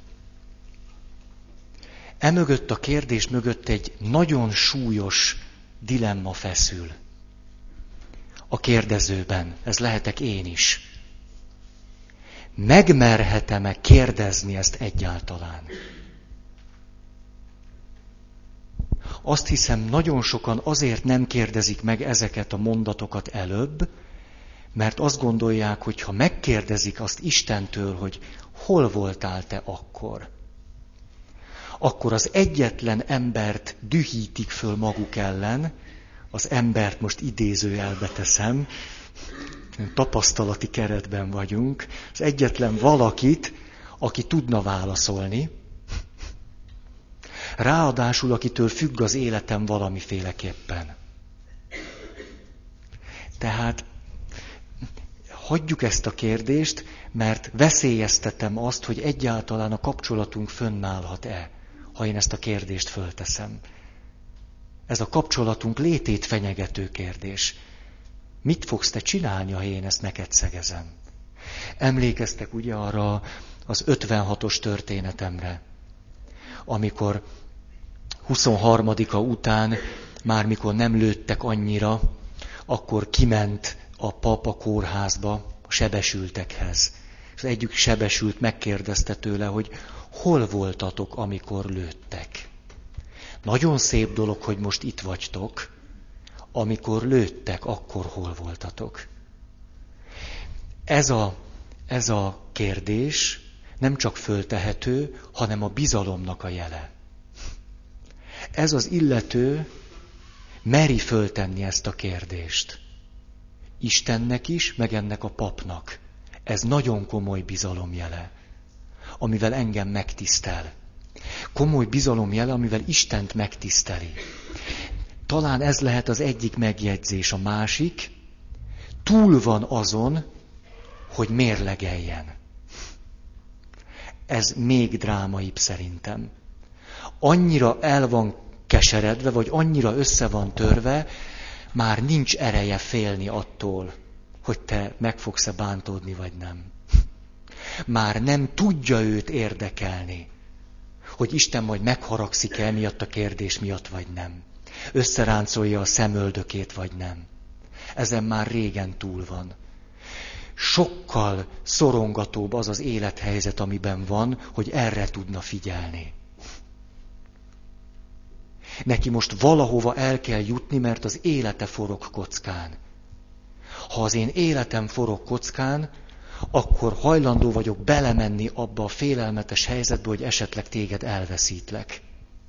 Emögött a kérdés mögött egy nagyon súlyos dilemma feszül. A kérdezőben, ez lehetek én is. Megmerhetem-e kérdezni ezt egyáltalán? Azt hiszem, nagyon sokan azért nem kérdezik meg ezeket a mondatokat előbb, mert azt gondolják, hogy ha megkérdezik azt Istentől, hogy hol voltál te akkor az egyetlen embert dühítik föl maguk ellen, az embert most idézőjelbe teszem, tapasztalati keretben vagyunk, az egyetlen valakit, aki tudna válaszolni, ráadásul akitől függ az életem valamiféleképpen. Tehát hagyjuk ezt a kérdést, mert veszélyeztetem azt, hogy egyáltalán a kapcsolatunk fönnállhat-e, ha én ezt a kérdést fölteszem. Ez a kapcsolatunk létét fenyegető kérdés. Mit fogsz te csinálni, ha én ezt neked szegezem? Emlékeztek ugye arra az 56-os történetemre, amikor 23-a után, már mikor nem lőttek annyira, akkor kiment a pap a kórházba a sebesültekhez. És az egyik sebesült megkérdezte tőle, hogy hol voltatok, amikor lőttek. Nagyon szép dolog, hogy most itt vagytok, amikor lőttek, akkor hol voltatok. Ez a kérdés nem csak föltehető, hanem a bizalomnak a jele. Ez az illető meri föltenni ezt a kérdést. Istennek is, meg ennek a papnak. Ez nagyon komoly bizalomjele, amivel engem megtisztel. Komoly bizalomjele, amivel Istent megtiszteli. Talán ez lehet az egyik megjegyzés, a másik, túl van azon, hogy mérlegeljen. Ez még drámaibb szerintem. Annyira el van keseredve, vagy annyira össze van törve, már nincs ereje félni attól, hogy te meg fogsz-e bántódni, vagy nem. Már nem tudja őt érdekelni, hogy Isten majd megharagszik-e emiatt a kérdés miatt, vagy nem. Összeráncolja a szemöldökét, vagy nem. Ezen már régen túl van. Sokkal szorongatóbb az az élethelyzet, amiben van, hogy erre tudna figyelni. Neki most valahova el kell jutni, mert az élete forog kockán. Ha az én életem forog kockán, akkor hajlandó vagyok belemenni abba a félelmetes helyzetbe, hogy esetleg téged elveszítlek.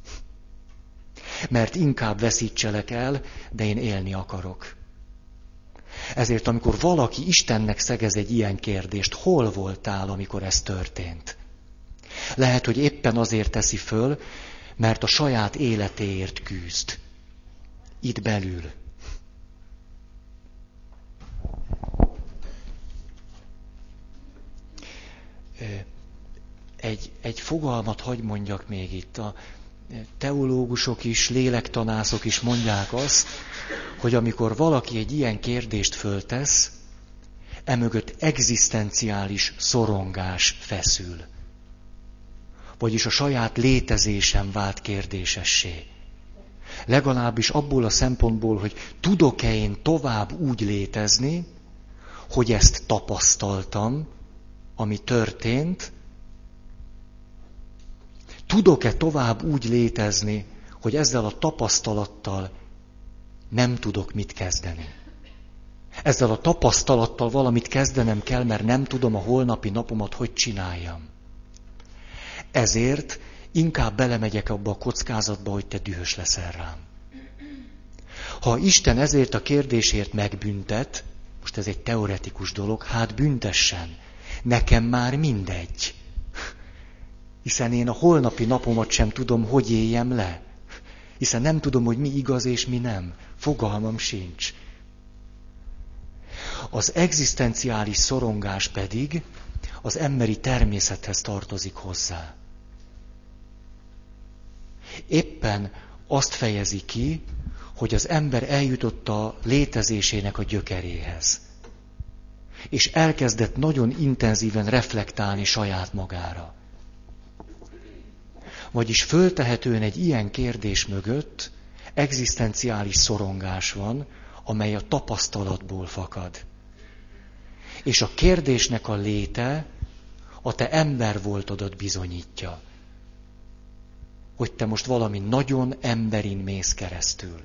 Mert inkább veszítselek el, de én élni akarok. Ezért, amikor valaki Istennek szegez egy ilyen kérdést, hol voltál, amikor ez történt? Lehet, hogy éppen azért teszi föl, mert a saját életéért küzd. Itt belül. Egy fogalmat hadd mondjak még itt. A teológusok is, lélektanászok is mondják azt, hogy amikor valaki egy ilyen kérdést föltesz, emögött egzisztenciális szorongás feszül. Vagyis a saját létezésem vált kérdésessé. Legalábbis abból a szempontból, hogy tudok-e én tovább úgy létezni, hogy ezt tapasztaltam, ami történt, tudok-e tovább úgy létezni, hogy ezzel a tapasztalattal nem tudok mit kezdeni. Ezzel a tapasztalattal valamit kezdenem kell, mert nem tudom a holnapi napomat hogy csináljam. Ezért inkább belemegyek abba a kockázatba, hogy te dühös leszel rám. Ha Isten ezért a kérdésért megbüntet, most ez egy teoretikus dolog, hát büntessen. Nekem már mindegy. Hiszen én a holnapi napomat sem tudom, hogy éljem le. Hiszen nem tudom, hogy mi igaz és mi nem. Fogalmam sincs. Az egzisztenciális szorongás pedig az emberi természethez tartozik hozzá. Éppen azt fejezi ki, hogy az ember eljutott a létezésének a gyökeréhez. És elkezdett nagyon intenzíven reflektálni saját magára. Vagyis föltehetően egy ilyen kérdés mögött egzisztenciális szorongás van, amely a tapasztalatból fakad. És a kérdésnek a léte a te ember voltodat bizonyítja. Hogy te most valami nagyon emberin mész keresztül.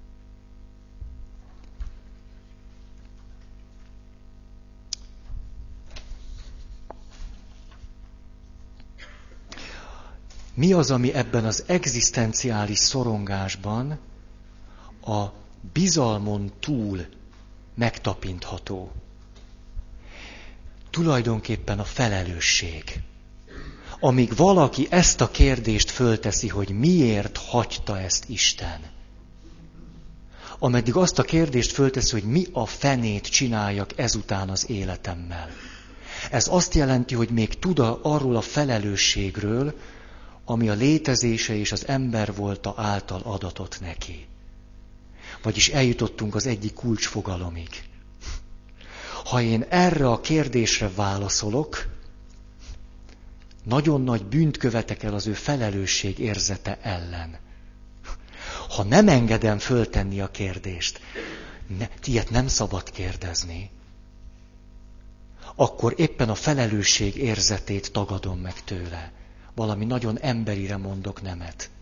Mi az, ami ebben az egzisztenciális szorongásban a bizalmon túl megtapintható? Tulajdonképpen a felelősség. Amíg valaki ezt a kérdést fölteszi, hogy miért hagyta ezt Isten. Ameddig azt a kérdést fölteszi, hogy mi a fenét csináljak ezután az életemmel. Ez azt jelenti, hogy még tud arról a felelősségről, ami a létezése és az ember volta által adatott neki. Vagyis eljutottunk az egyik kulcsfogalomig. Ha én erre a kérdésre válaszolok, nagyon nagy bűnt követek el az ő felelősség érzete ellen. Ha nem engedem föltenni a kérdést, ilyet nem szabad kérdezni, akkor éppen a felelősség érzetét tagadom meg tőle. Valami nagyon emberire mondok nemet.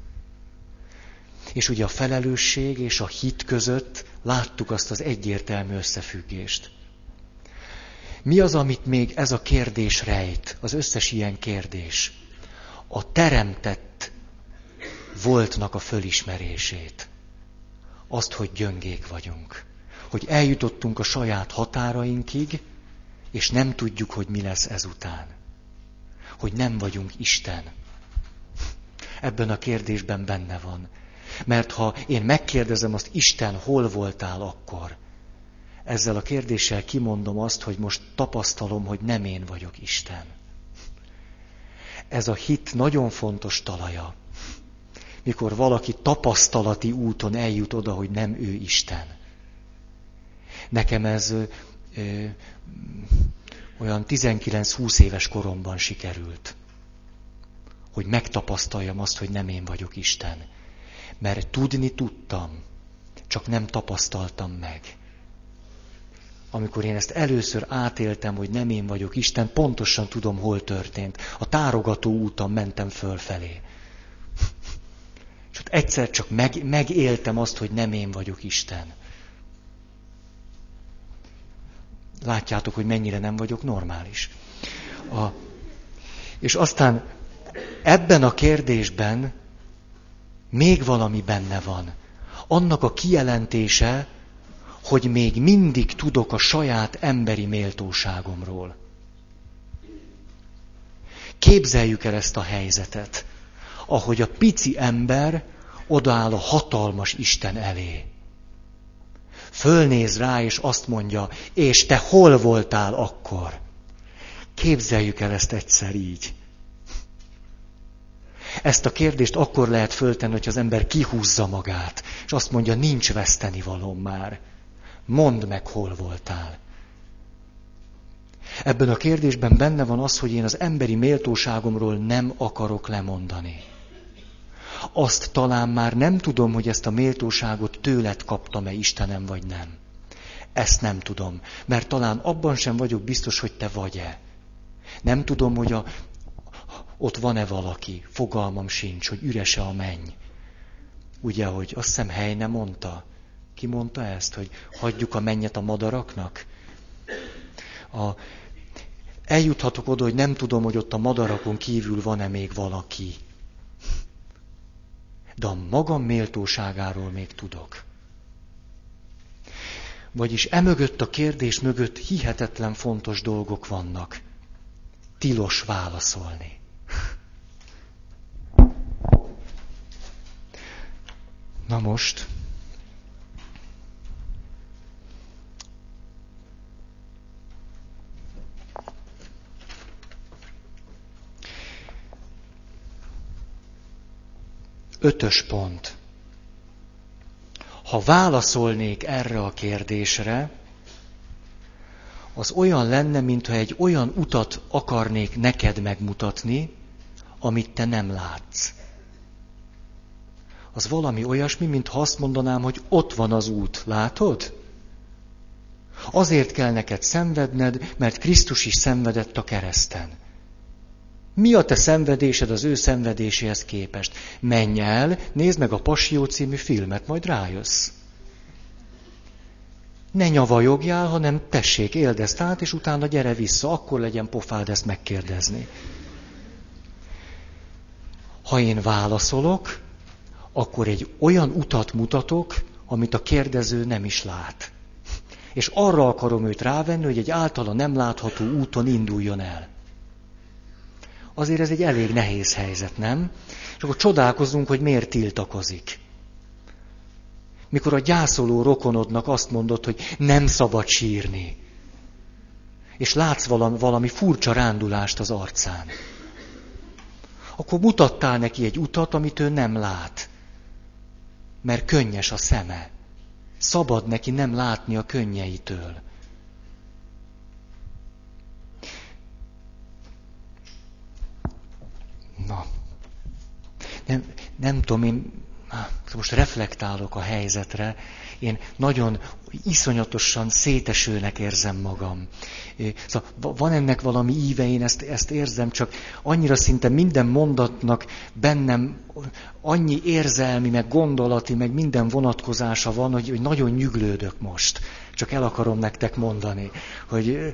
És ugye a felelősség és a hit között láttuk azt az egyértelmű összefüggést. Mi az, amit még ez a kérdés rejt, az összes ilyen kérdés? A teremtett voltnak a fölismerését. Azt, hogy gyöngék vagyunk. Hogy eljutottunk a saját határainkig, és nem tudjuk, hogy mi lesz ezután. Hogy nem vagyunk Isten. Ebben a kérdésben benne van. Mert ha én megkérdezem azt, Isten, hol voltál akkor? Ezzel a kérdéssel kimondom azt, hogy most tapasztalom, hogy nem én vagyok Isten. Ez a hit nagyon fontos talaja. Mikor valaki tapasztalati úton eljut oda, hogy nem ő Isten. Nekem ez olyan 19-20 éves koromban sikerült, hogy megtapasztaljam azt, hogy nem én vagyok Isten. Mert tudni tudtam, csak nem tapasztaltam meg. Amikor én ezt először átéltem, hogy nem én vagyok Isten, pontosan tudom, hol történt. A tárogató úton mentem fölfelé. És ott egyszer csak megéltem azt, hogy nem én vagyok Isten. Látjátok, hogy mennyire nem vagyok normális. És aztán ebben a kérdésben még valami benne van. Annak a kijelentése, hogy még mindig tudok a saját emberi méltóságomról. Képzeljük el ezt a helyzetet, ahogy a pici ember odaáll a hatalmas Isten elé. Fölnéz rá, és azt mondja, és te hol voltál akkor? Képzeljük el ezt egyszer így. Ezt a kérdést akkor lehet föltenni, hogy az ember kihúzza magát, és azt mondja, nincs vesztenivalóm már. Mondd meg, hol voltál. Ebben a kérdésben benne van az, hogy én az emberi méltóságomról nem akarok lemondani. Azt talán már nem tudom, hogy ezt a méltóságot tőled kaptam-e, Istenem, vagy nem. Ezt nem tudom, mert talán abban sem vagyok biztos, hogy te vagy-e. Nem tudom, hogy ott van-e valaki, fogalmam sincs, hogy üres-e a menny. Ugye, hogy azt hiszem Heine mondta. Ki mondta ezt, hogy hagyjuk a mennyet a madaraknak? Eljuthatok oda, hogy nem tudom, hogy ott a madarakon kívül van-e még valaki. De a magam méltóságáról még tudok. Vagyis emögött a kérdés mögött hihetetlen fontos dolgok vannak. Tilos válaszolni. Na most... Ötös pont. Ha válaszolnék erre a kérdésre, az olyan lenne, mintha egy olyan utat akarnék neked megmutatni, amit te nem látsz. Az valami olyasmi, mintha azt mondanám, hogy ott van az út, látod? Azért kell neked szenvedned, mert Krisztus is szenvedett a kereszten. Mi a te szenvedésed az ő szenvedéséhez képest? Menj el, nézd meg a Passió című filmet, majd rájössz. Ne nyavajogjál, hanem tessék, éld ezt át, és utána gyere vissza, akkor legyen pofád ezt megkérdezni. Ha én válaszolok, akkor egy olyan utat mutatok, amit a kérdező nem is lát. És arra akarom őt rávenni, hogy egy általa nem látható úton induljon el. Azért ez egy elég nehéz helyzet, nem? És akkor csodálkozunk, hogy miért tiltakozik. Mikor a gyászoló rokonodnak azt mondod, hogy nem szabad sírni. És látsz valami furcsa rándulást az arcán. Akkor mutattál neki egy utat, amit ő nem lát. Mert könnyes a szeme. Szabad neki nem látni a könnyeitől. Na, nem tudom, én most reflektálok a helyzetre, én nagyon iszonyatosan szétesőnek érzem magam. Szóval van ennek valami íve, én ezt érzem, csak annyira szinte minden mondatnak bennem annyi érzelmi, meg gondolati, meg minden vonatkozása van, hogy nagyon nyüglődök most. Csak el akarom nektek mondani, hogy...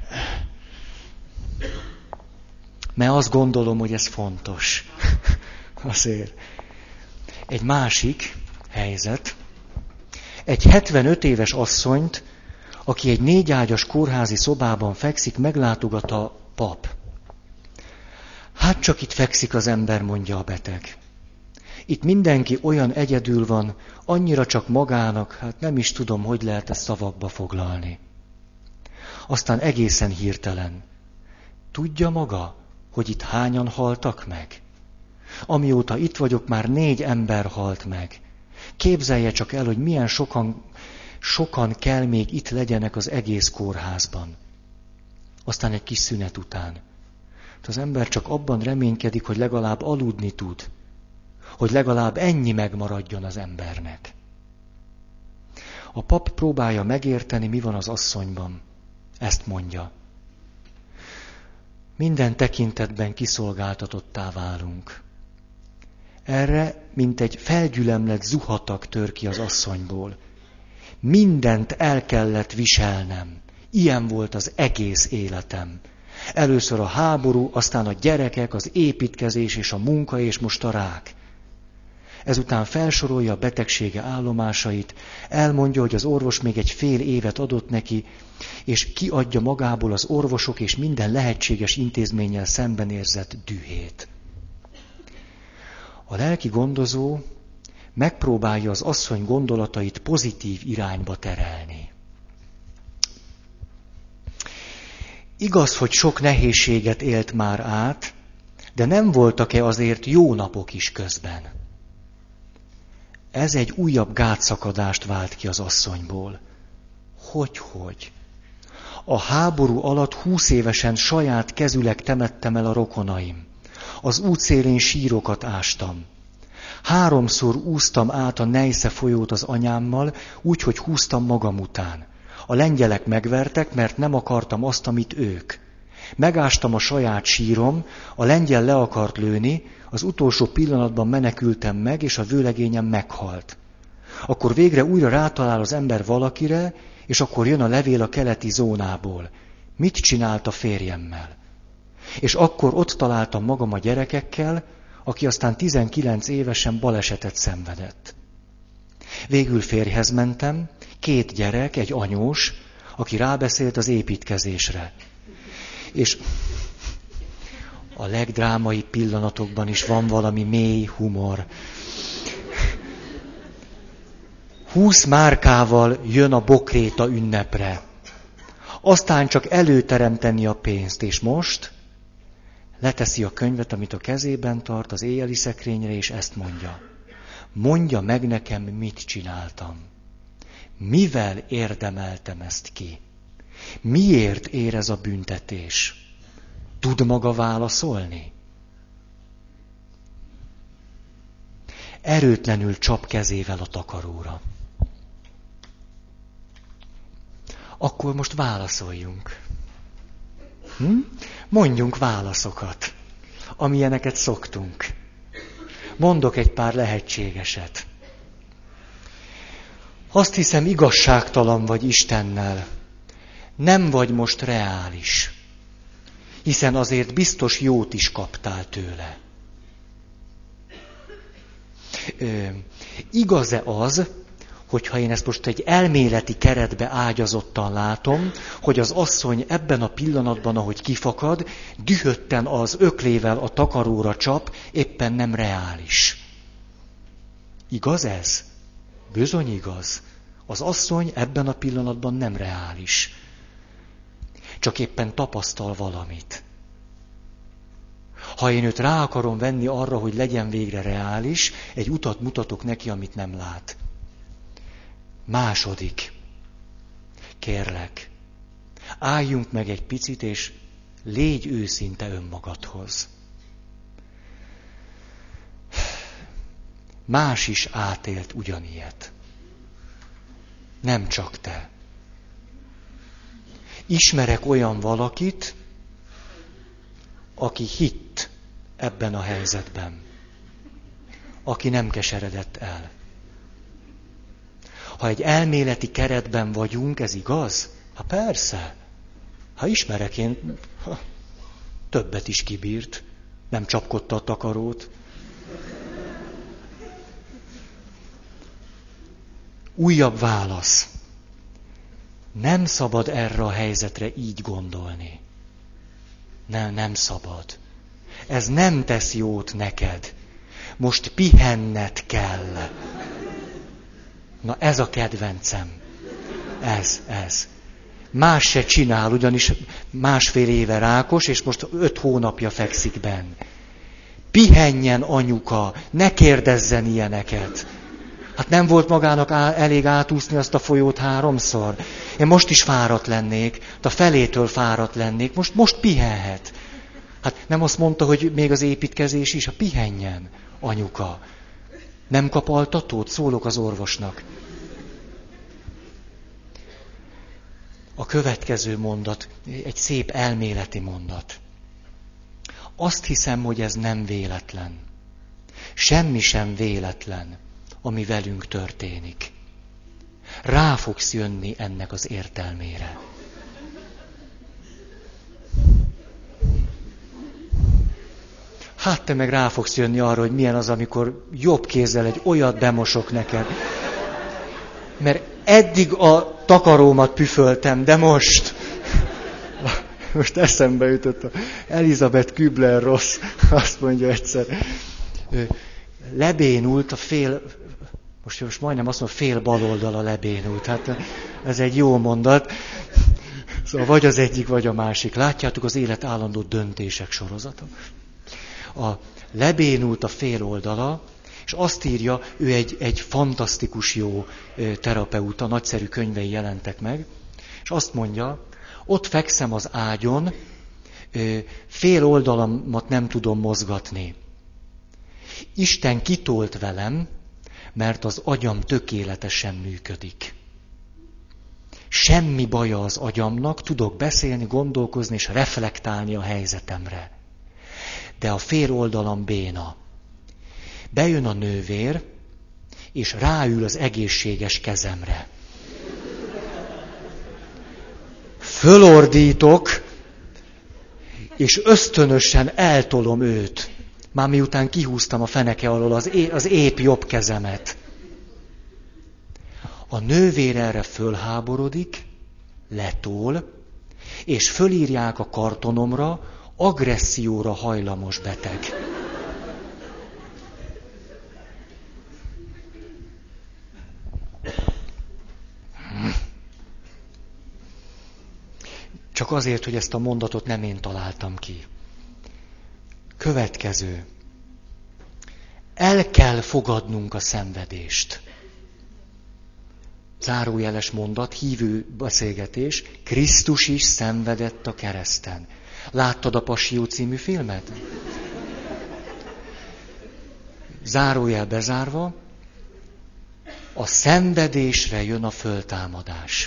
Mert azt gondolom, hogy ez fontos. Azért. Egy másik helyzet. Egy 75 éves asszonyt, aki egy 4 ágyas kórházi szobában fekszik, meglátogat a pap. Hát csak itt fekszik az ember, mondja a beteg. Itt mindenki olyan egyedül van, annyira csak magának, hát nem is tudom, hogy lehet ezt szavakba foglalni. Aztán egészen hirtelen. Tudja maga, hogy itt hányan haltak meg? Amióta itt vagyok, már 4 ember halt meg. Képzelje csak el, hogy milyen sokan kell még itt legyenek az egész kórházban. Aztán egy kis szünet után. Az ember csak abban reménykedik, hogy legalább aludni tud. Hogy legalább ennyi megmaradjon az embernek. A pap próbálja megérteni, mi van az asszonyban. Ezt mondja. Minden tekintetben kiszolgáltatottá válunk. Erre, mint egy felgyülemlett zuhatag tör ki az asszonyból. Mindent el kellett viselnem. Ilyen volt az egész életem. Először a háború, aztán a gyerekek, az építkezés és a munka, és most a rák. Ezután felsorolja a betegsége állomásait, elmondja, hogy az orvos még egy fél évet adott neki, és kiadja magából az orvosok és minden lehetséges intézménnyel szemben érzett dühét. A lelki gondozó megpróbálja az asszony gondolatait pozitív irányba terelni. Igaz, hogy sok nehézséget élt már át, de nem voltak-e azért jó napok is közben? Ez egy újabb gátszakadást vált ki az asszonyból. Hogy? A háború alatt 20 évesen saját kezüleg temettem el a rokonaim. Az útszélén sírokat ástam. 3-szor úsztam át a Nejsze folyót az anyámmal, úgy, hogy húztam magam után. A lengyelek megvertek, mert nem akartam azt, amit ők. Megástam a saját sírom, a lengyel le akart lőni, az utolsó pillanatban menekültem meg, és a vőlegényem meghalt. Akkor végre újra rátalál az ember valakire, és akkor jön a levél a keleti zónából. Mit csinált a férjemmel? És akkor ott találtam magam a gyerekekkel, aki aztán 19 évesen balesetet szenvedett. Végül férjhez mentem, 2 gyerek, egy anyós, aki rábeszélt az építkezésre. És a legdrámai pillanatokban is van valami mély humor. 20 márkával jön a bokréta ünnepre. Aztán csak előteremteni a pénzt, és most leteszi a könyvet, amit a kezében tart, az éjjeli szekrényre, és ezt mondja. Mondja meg nekem, mit csináltam. Mivel érdemeltem ezt ki? Miért ér ez a büntetés? Tud maga válaszolni? Erőtlenül csap kezével a takaróra. Akkor most válaszoljunk. Mondjunk válaszokat, amilyeneket szoktunk. Mondok egy pár lehetségeset. Azt hiszem, igazságtalan vagy Istennel. Nem vagy most reális. Hiszen azért biztos jót is kaptál tőle. Igaz-e az, hogyha én ezt most egy elméleti keretbe ágyazottan látom, hogy az asszony ebben a pillanatban, ahogy kifakad, dühötten az öklével a takaróra csap, éppen nem reális. Igaz ez? Bizony igaz. Az asszony ebben a pillanatban nem reális. Csak éppen tapasztal valamit. Ha én őt rá akarom venni arra, hogy legyen végre reális, egy utat mutatok neki, amit nem lát. Második. Kérlek, álljunk meg egy picit, és légy őszinte önmagadhoz. Más is átélt ugyanilyet. Nem csak te. Ismerek olyan valakit, aki hitt ebben a helyzetben, aki nem keseredett el. Ha egy elméleti keretben vagyunk, ez igaz? Ha persze. Ha ismerek én, többet is kibírt, nem csapkodta a takarót. Újabb válasz. Nem szabad erre a helyzetre így gondolni. Nem szabad. Ez nem tesz jót neked. Most pihenned kell. Na ez a kedvencem. Ez. Más se csinál, ugyanis 1,5 éve rákos, és most 5 hónapja fekszik benn. Pihenjen anyuka, ne kérdezzen ilyeneket. Hát nem volt magának elég átúszni azt a folyót 3-szor. Én most is fáradt lennék, a felétől fáradt lennék, most pihenhet. Hát nem azt mondta, hogy még az építkezés is, pihenjen, anyuka. Nem kap altatót? Szólok az orvosnak. A következő mondat, egy szép elméleti mondat. Azt hiszem, hogy ez nem véletlen. Semmi sem véletlen, ami velünk történik. Rá fogsz jönni ennek az értelmére. Hát te meg rá fogsz jönni arra, hogy milyen az, amikor jobb kézzel egy olyat bemosok neked. Mert eddig a takarómat püföltem, de most eszembe jutott a Elizabeth Kübler-Ross, azt mondja egyszer, lebénult a fél, most majdnem azt mondom, fél baloldala lebénult. Hát ez egy jó mondat. Szóval vagy az egyik, vagy a másik. Látjátok, az élet állandó döntések sorozata. Lebénult a fél oldala, és azt írja, ő egy fantasztikus jó terapeuta, nagyszerű könyvei jelentek meg, és azt mondja, ott fekszem az ágyon, fél oldalamat nem tudom mozgatni. Isten kitolt velem, mert az agyam tökéletesen működik. Semmi baja az agyamnak, tudok beszélni, gondolkozni és reflektálni a helyzetemre. De a fél oldalam béna. Bejön a nővér, és ráül az egészséges kezemre. Fölordítok, és ösztönösen eltolom őt. Már miután kihúztam a feneke alól az épp jobb kezemet. A nővér erre fölháborodik, letol, és fölírják a kartonomra, agresszióra hajlamos beteg. Csak azért, hogy ezt a mondatot nem én találtam ki. Következő. El kell fogadnunk a szenvedést. Zárójeles mondat, hívő beszélgetés. Krisztus is szenvedett a kereszten. Láttad a Passió című filmet? Zárójel bezárva. A szenvedésre jön a föltámadás.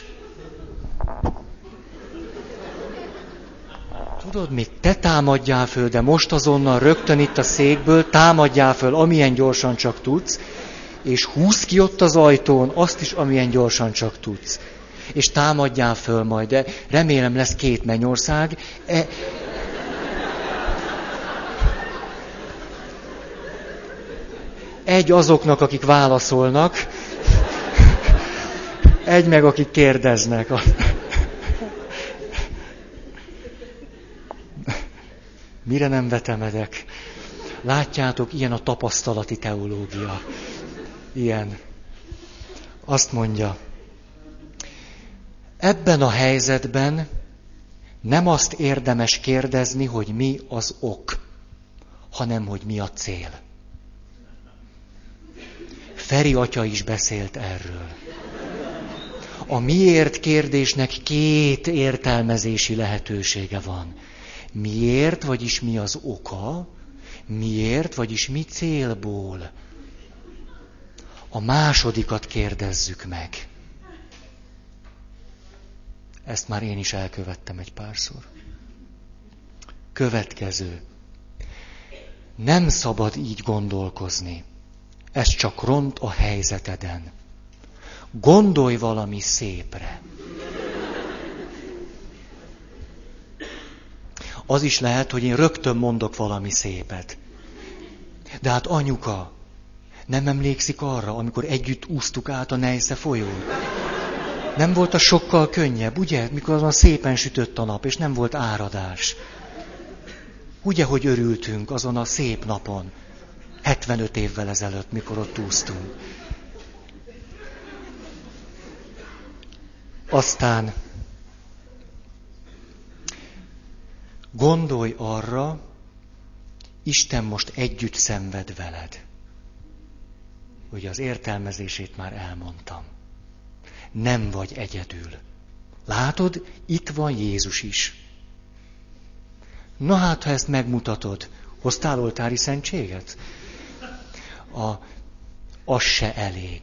Tudod mit? Te támadjál föl, de most azonnal rögtön itt a székből támadjál föl, amilyen gyorsan csak tudsz, és húzd ki ott az ajtón azt is, amilyen gyorsan csak tudsz. És támadjál föl majd, de remélem lesz 2 mennyország. Egy azoknak, akik válaszolnak, egy meg akik kérdeznek. Mire nem vetemedek? Látjátok, ilyen a tapasztalati teológia. Ilyen. Azt mondja, ebben a helyzetben nem azt érdemes kérdezni, hogy mi az ok, hanem hogy mi a cél. Feri atya is beszélt erről. A miért kérdésnek 2 értelmezési lehetősége van. Miért, vagyis mi az oka, miért, vagyis mi célból. A másodikat kérdezzük meg. Ezt már én is elkövettem egy párszor. Következő. Nem szabad így gondolkozni. Ez csak ront a helyzeteden. Gondolj valami szépre. Az is lehet, hogy én rögtön mondok valami szépet. De hát anyuka, nem emlékszik arra, amikor együtt úsztuk át a Nejsze folyón? Nem volt az sokkal könnyebb, ugye? Mikor azon szépen sütött a nap, és nem volt áradás. Ugye, hogy örültünk azon a szép napon, 75 évvel ezelőtt, mikor ott úsztunk. Aztán gondolj arra, Isten most együtt szenved veled. Ugye az értelmezését már elmondtam. Nem vagy egyedül. Látod, itt van Jézus is. Na hát, ha ezt megmutatod, hoztál oltári szentséget? Az se elég.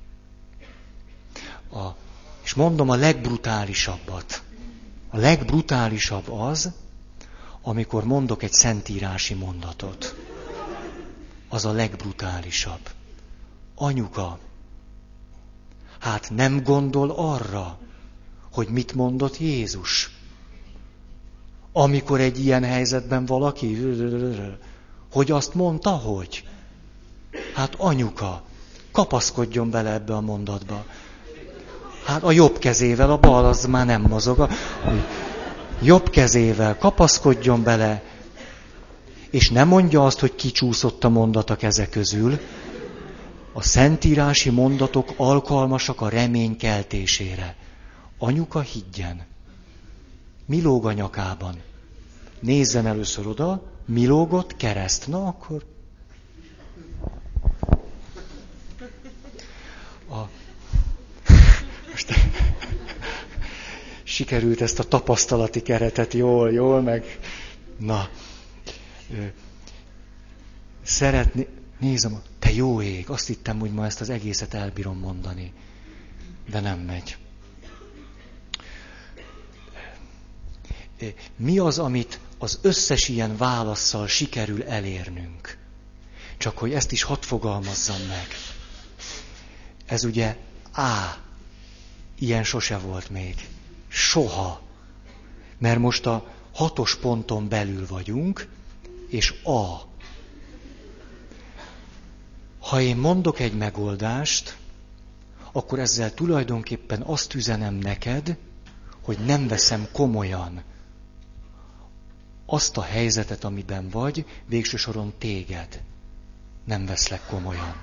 És mondom a legbrutálisabbat. A legbrutálisabb az, amikor mondok egy szentírási mondatot. Az a legbrutálisabb. Anyuka, hát nem gondol arra, hogy mit mondott Jézus? Amikor egy ilyen helyzetben valaki, Hogy azt mondta, hogy? Hát anyuka, kapaszkodjon bele ebbe a mondatba. Hát a jobb kezével, a bal az már nem mozog. Jobb kezével kapaszkodjon bele, és ne mondja azt, hogy kicsúszott a mondat a keze közül. A szentírási mondatok alkalmasak a remény keltésére. Anyuka, higgyen. Mi lóg a nyakában? Nézzen először oda, mi lógott? Kereszt. Na akkor... Most sikerült ezt a tapasztalati keretet jól meg... Na... Nézem, te jó ég, azt hittem, hogy ma ezt az egészet elbírom mondani. De nem megy. Mi az, amit az összes ilyen válasszal sikerül elérnünk? Csak hogy ezt is hadd fogalmazzam meg. Ez ugye A. Ilyen sose volt még. Soha. Mert most a 6-os ponton belül vagyunk, és A. Ha én mondok egy megoldást, akkor ezzel tulajdonképpen azt üzenem neked, hogy nem veszem komolyan azt a helyzetet, amiben vagy, végső soron téged. Nem veszlek komolyan.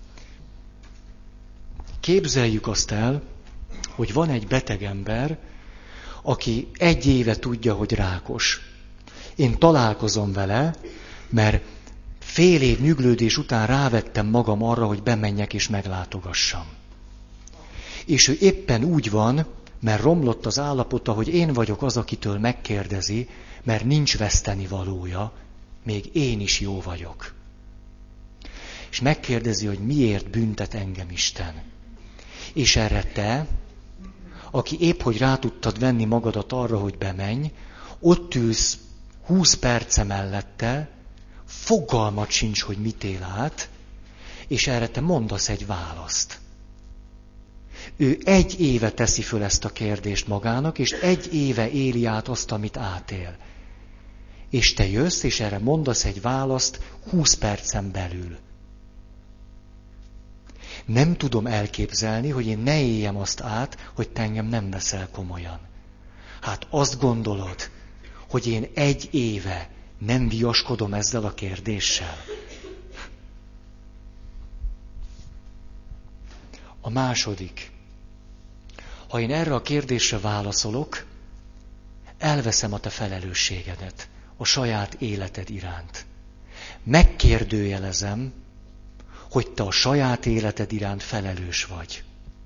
Képzeljük azt el, hogy van egy beteg ember, aki 1 éve tudja, hogy rákos. Én találkozom vele, mert fél év nyüglődés után rávettem magam arra, hogy bemenjek és meglátogassam. És ő éppen úgy van, mert romlott az állapota, hogy én vagyok az, akitől megkérdezi, mert nincs vesztenivalója, még én is jó vagyok. És megkérdezi, hogy miért büntet engem Isten. És erre te, aki épp hogy rá tudtad venni magadat arra, hogy bemenj, ott ülsz 20 perce mellette, fogalmat sincs, hogy mit él át, és erre te mondasz egy választ. Ő 1 éve teszi föl ezt a kérdést magának, és 1 éve éli át azt, amit átél. És te jössz, és erre mondasz egy választ 20 percen belül. Nem tudom elképzelni, hogy én ne éljem azt át, hogy te engem nem veszel komolyan. Hát azt gondolod, hogy én 1 éve nem viaskodom ezzel a kérdéssel? A második. Ha én erre a kérdésre válaszolok, elveszem a te felelősségedet a saját életed iránt. Megkérdőjelezem, hogy te a saját életed iránt felelős vagy.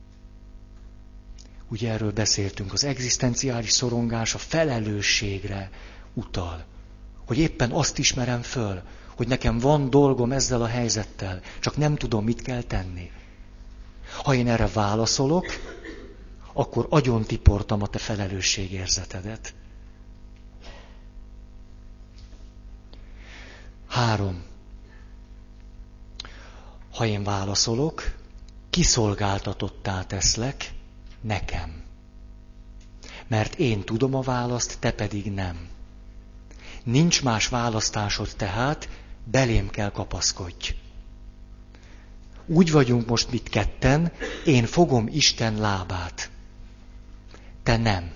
Ugye erről beszéltünk, az egzisztenciális szorongás a felelősségre utal. Hogy éppen azt ismerem föl, hogy nekem van dolgom ezzel a helyzettel, csak nem tudom, mit kell tenni. Ha én erre válaszolok, akkor agyontiportam a te felelősségérzetedet. 3. Ha én válaszolok, kiszolgáltatottá teszlek nekem. Mert én tudom a választ, te pedig nem. Nincs más választásod tehát, belém kell kapaszkodj. Úgy vagyunk most mit ketten, én fogom Isten lábát. Te nem.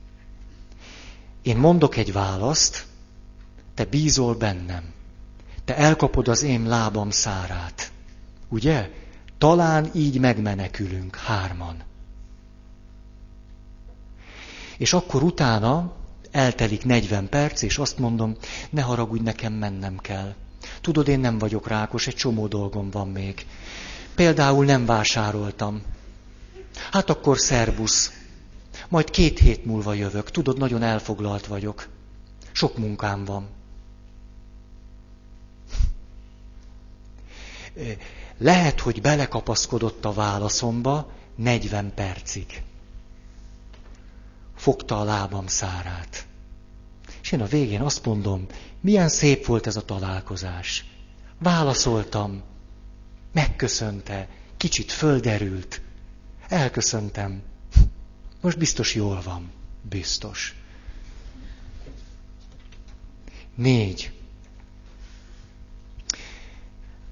Én mondok egy választ, te bízol bennem. Te elkapod az én lábam szárát. Ugye? Talán így megmenekülünk 3. És akkor utána eltelik 40 perc, és azt mondom, ne haragudj, nekem mennem kell. Tudod, én nem vagyok rákos, egy csomó dolgom van még. Például nem vásároltam. Hát akkor szerbusz. Majd 2 hét múlva jövök. Tudod, nagyon elfoglalt vagyok. Sok munkám van. Lehet, hogy belekapaszkodott a válaszomba 40 percig. Fogta a lábam szárát. És én a végén azt mondom, milyen szép volt ez a találkozás. Válaszoltam, megköszönte, kicsit földerült. Elköszöntem. Most biztos jól van. Biztos. 4.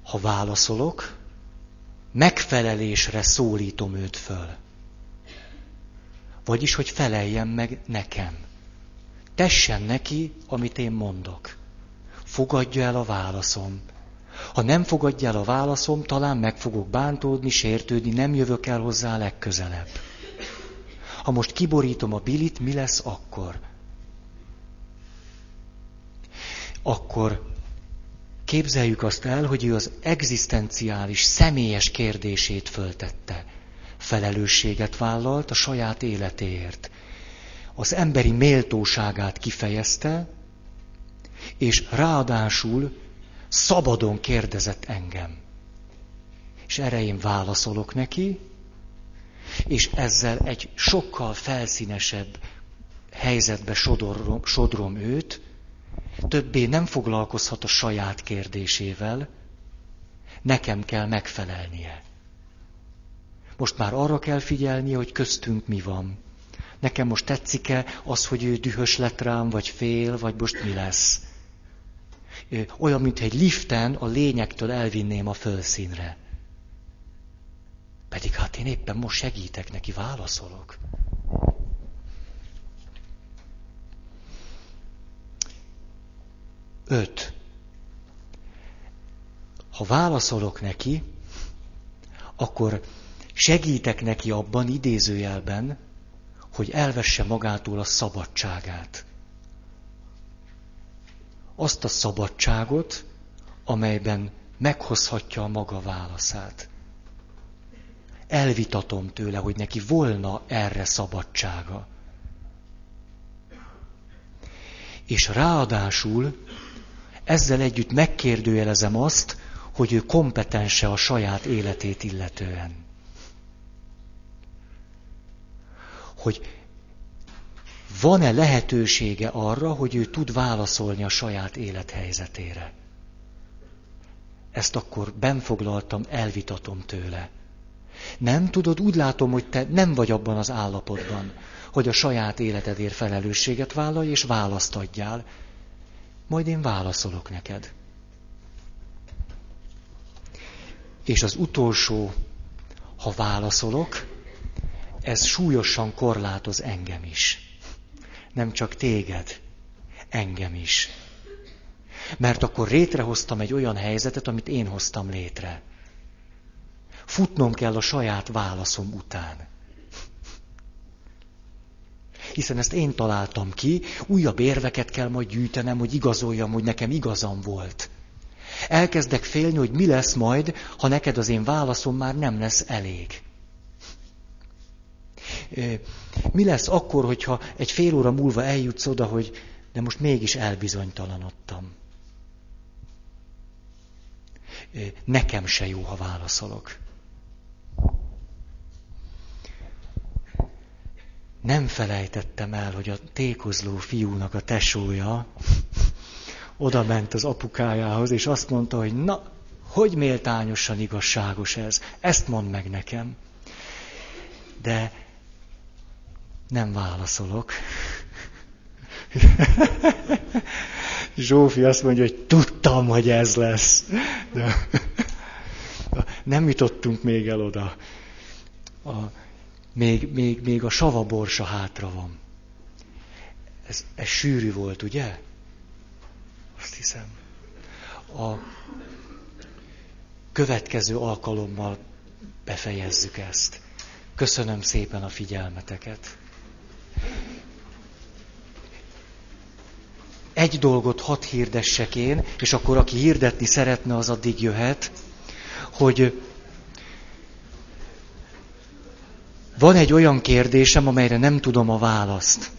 Ha válaszolok, megfelelésre szólítom őt föl. Vagyis, hogy feleljen meg nekem. Tessen neki, amit én mondok. Fogadja el a válaszom. Ha nem fogadja el a válaszom, talán meg fogok bántódni, sértődni, nem jövök el hozzá legközelebb. Ha most kiborítom a bilit, mi lesz akkor? Akkor képzeljük azt el, hogy ő az egzisztenciális, személyes kérdését föltette. Felelősséget vállalt a saját életéért. Az emberi méltóságát kifejezte, és ráadásul szabadon kérdezett engem. És erre én válaszolok neki, és ezzel egy sokkal felszínesebb helyzetbe sodrom őt, többé nem foglalkozhat a saját kérdésével, nekem kell megfelelnie. Most már arra kell figyelnie, hogy köztünk mi van. Nekem most tetszik-e az, hogy ő dühös lett rám, vagy fél, vagy most mi lesz. Olyan, mintha egy liften a lényektől elvinném a földszínre. Pedig hát én éppen most segítek neki, válaszolok. Öt. Ha válaszolok neki, akkor segítek neki abban, idézőjelben, hogy elvesse magától a szabadságát. Azt a szabadságot, amelyben meghozhatja a maga válaszát. Elvitatom tőle, hogy neki volna erre szabadsága. És ráadásul ezzel együtt megkérdőjelezem azt, hogy ő kompetense a saját életét illetően. Hogy van-e lehetősége arra, hogy ő tud válaszolni a saját élethelyzetére. Ezt akkor benfoglaltam, elvitatom tőle. Nem tudod, úgy látom, hogy te nem vagy abban az állapotban, hogy a saját életedért felelősséget vállalj és választ adjál. Majd én válaszolok neked. És az utolsó, ha válaszolok, ez súlyosan korlátoz engem is. Nem csak téged, engem is. Mert akkor létrehoztam egy olyan helyzetet, amit én hoztam létre. Futnom kell a saját válaszom után. Hiszen ezt én találtam ki, újabb érveket kell majd gyűjtenem, hogy igazoljam, hogy nekem igazam volt. Elkezdek félni, hogy mi lesz majd, ha neked az én válaszom már nem lesz elég. Mi lesz akkor, hogyha egy fél óra múlva eljutsz oda, hogy de most mégis elbizonytalanodtam. Nekem se jó, ha válaszolok. Nem felejtettem el, hogy a tékozló fiúnak a tesója oda ment az apukájához, és azt mondta, hogy na, hogy méltányosan igazságos ez, ezt mondd meg nekem. De nem válaszolok. Zsófi azt mondja, hogy tudtam, hogy ez lesz. De nem jutottunk még el oda. Még a savaborsa hátra van. Ez sűrű volt, ugye? Azt hiszem. A következő alkalommal befejezzük ezt. Köszönöm szépen a figyelmeteket. Egy dolgot hadd hirdessek én, és akkor aki hirdetni szeretne, az addig jöhet, hogy van egy olyan kérdésem, amelyre nem tudom a választ.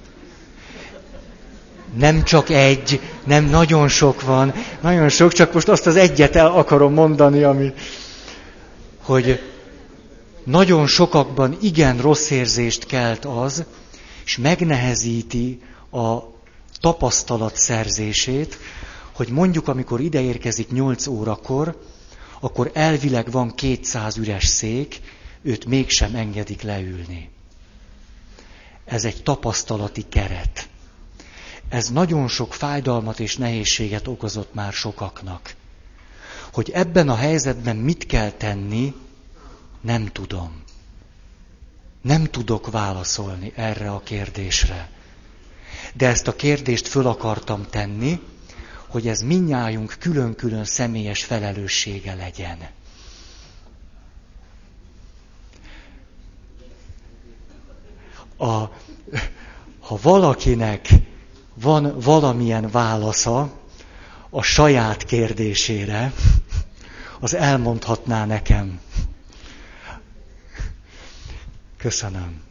Nem csak egy, nem nagyon sok van, nagyon sok, csak most azt az egyet el akarom mondani, hogy nagyon sokakban igen rossz érzést kelt az, és megnehezíti a tapasztalat szerzését, hogy mondjuk, amikor ide érkezik 8 órakor, akkor elvileg van 200 üres szék, őt mégsem engedik leülni. Ez egy tapasztalati keret. Ez nagyon sok fájdalmat és nehézséget okozott már sokaknak. Hogy ebben a helyzetben mit kell tenni, nem tudom. Nem tudok válaszolni erre a kérdésre. De ezt a kérdést föl akartam tenni, hogy ez mindnyájunk külön-külön személyes felelőssége legyen. Ha valakinek van valamilyen válasza a saját kérdésére, az elmondhatná nekem. Köszönöm.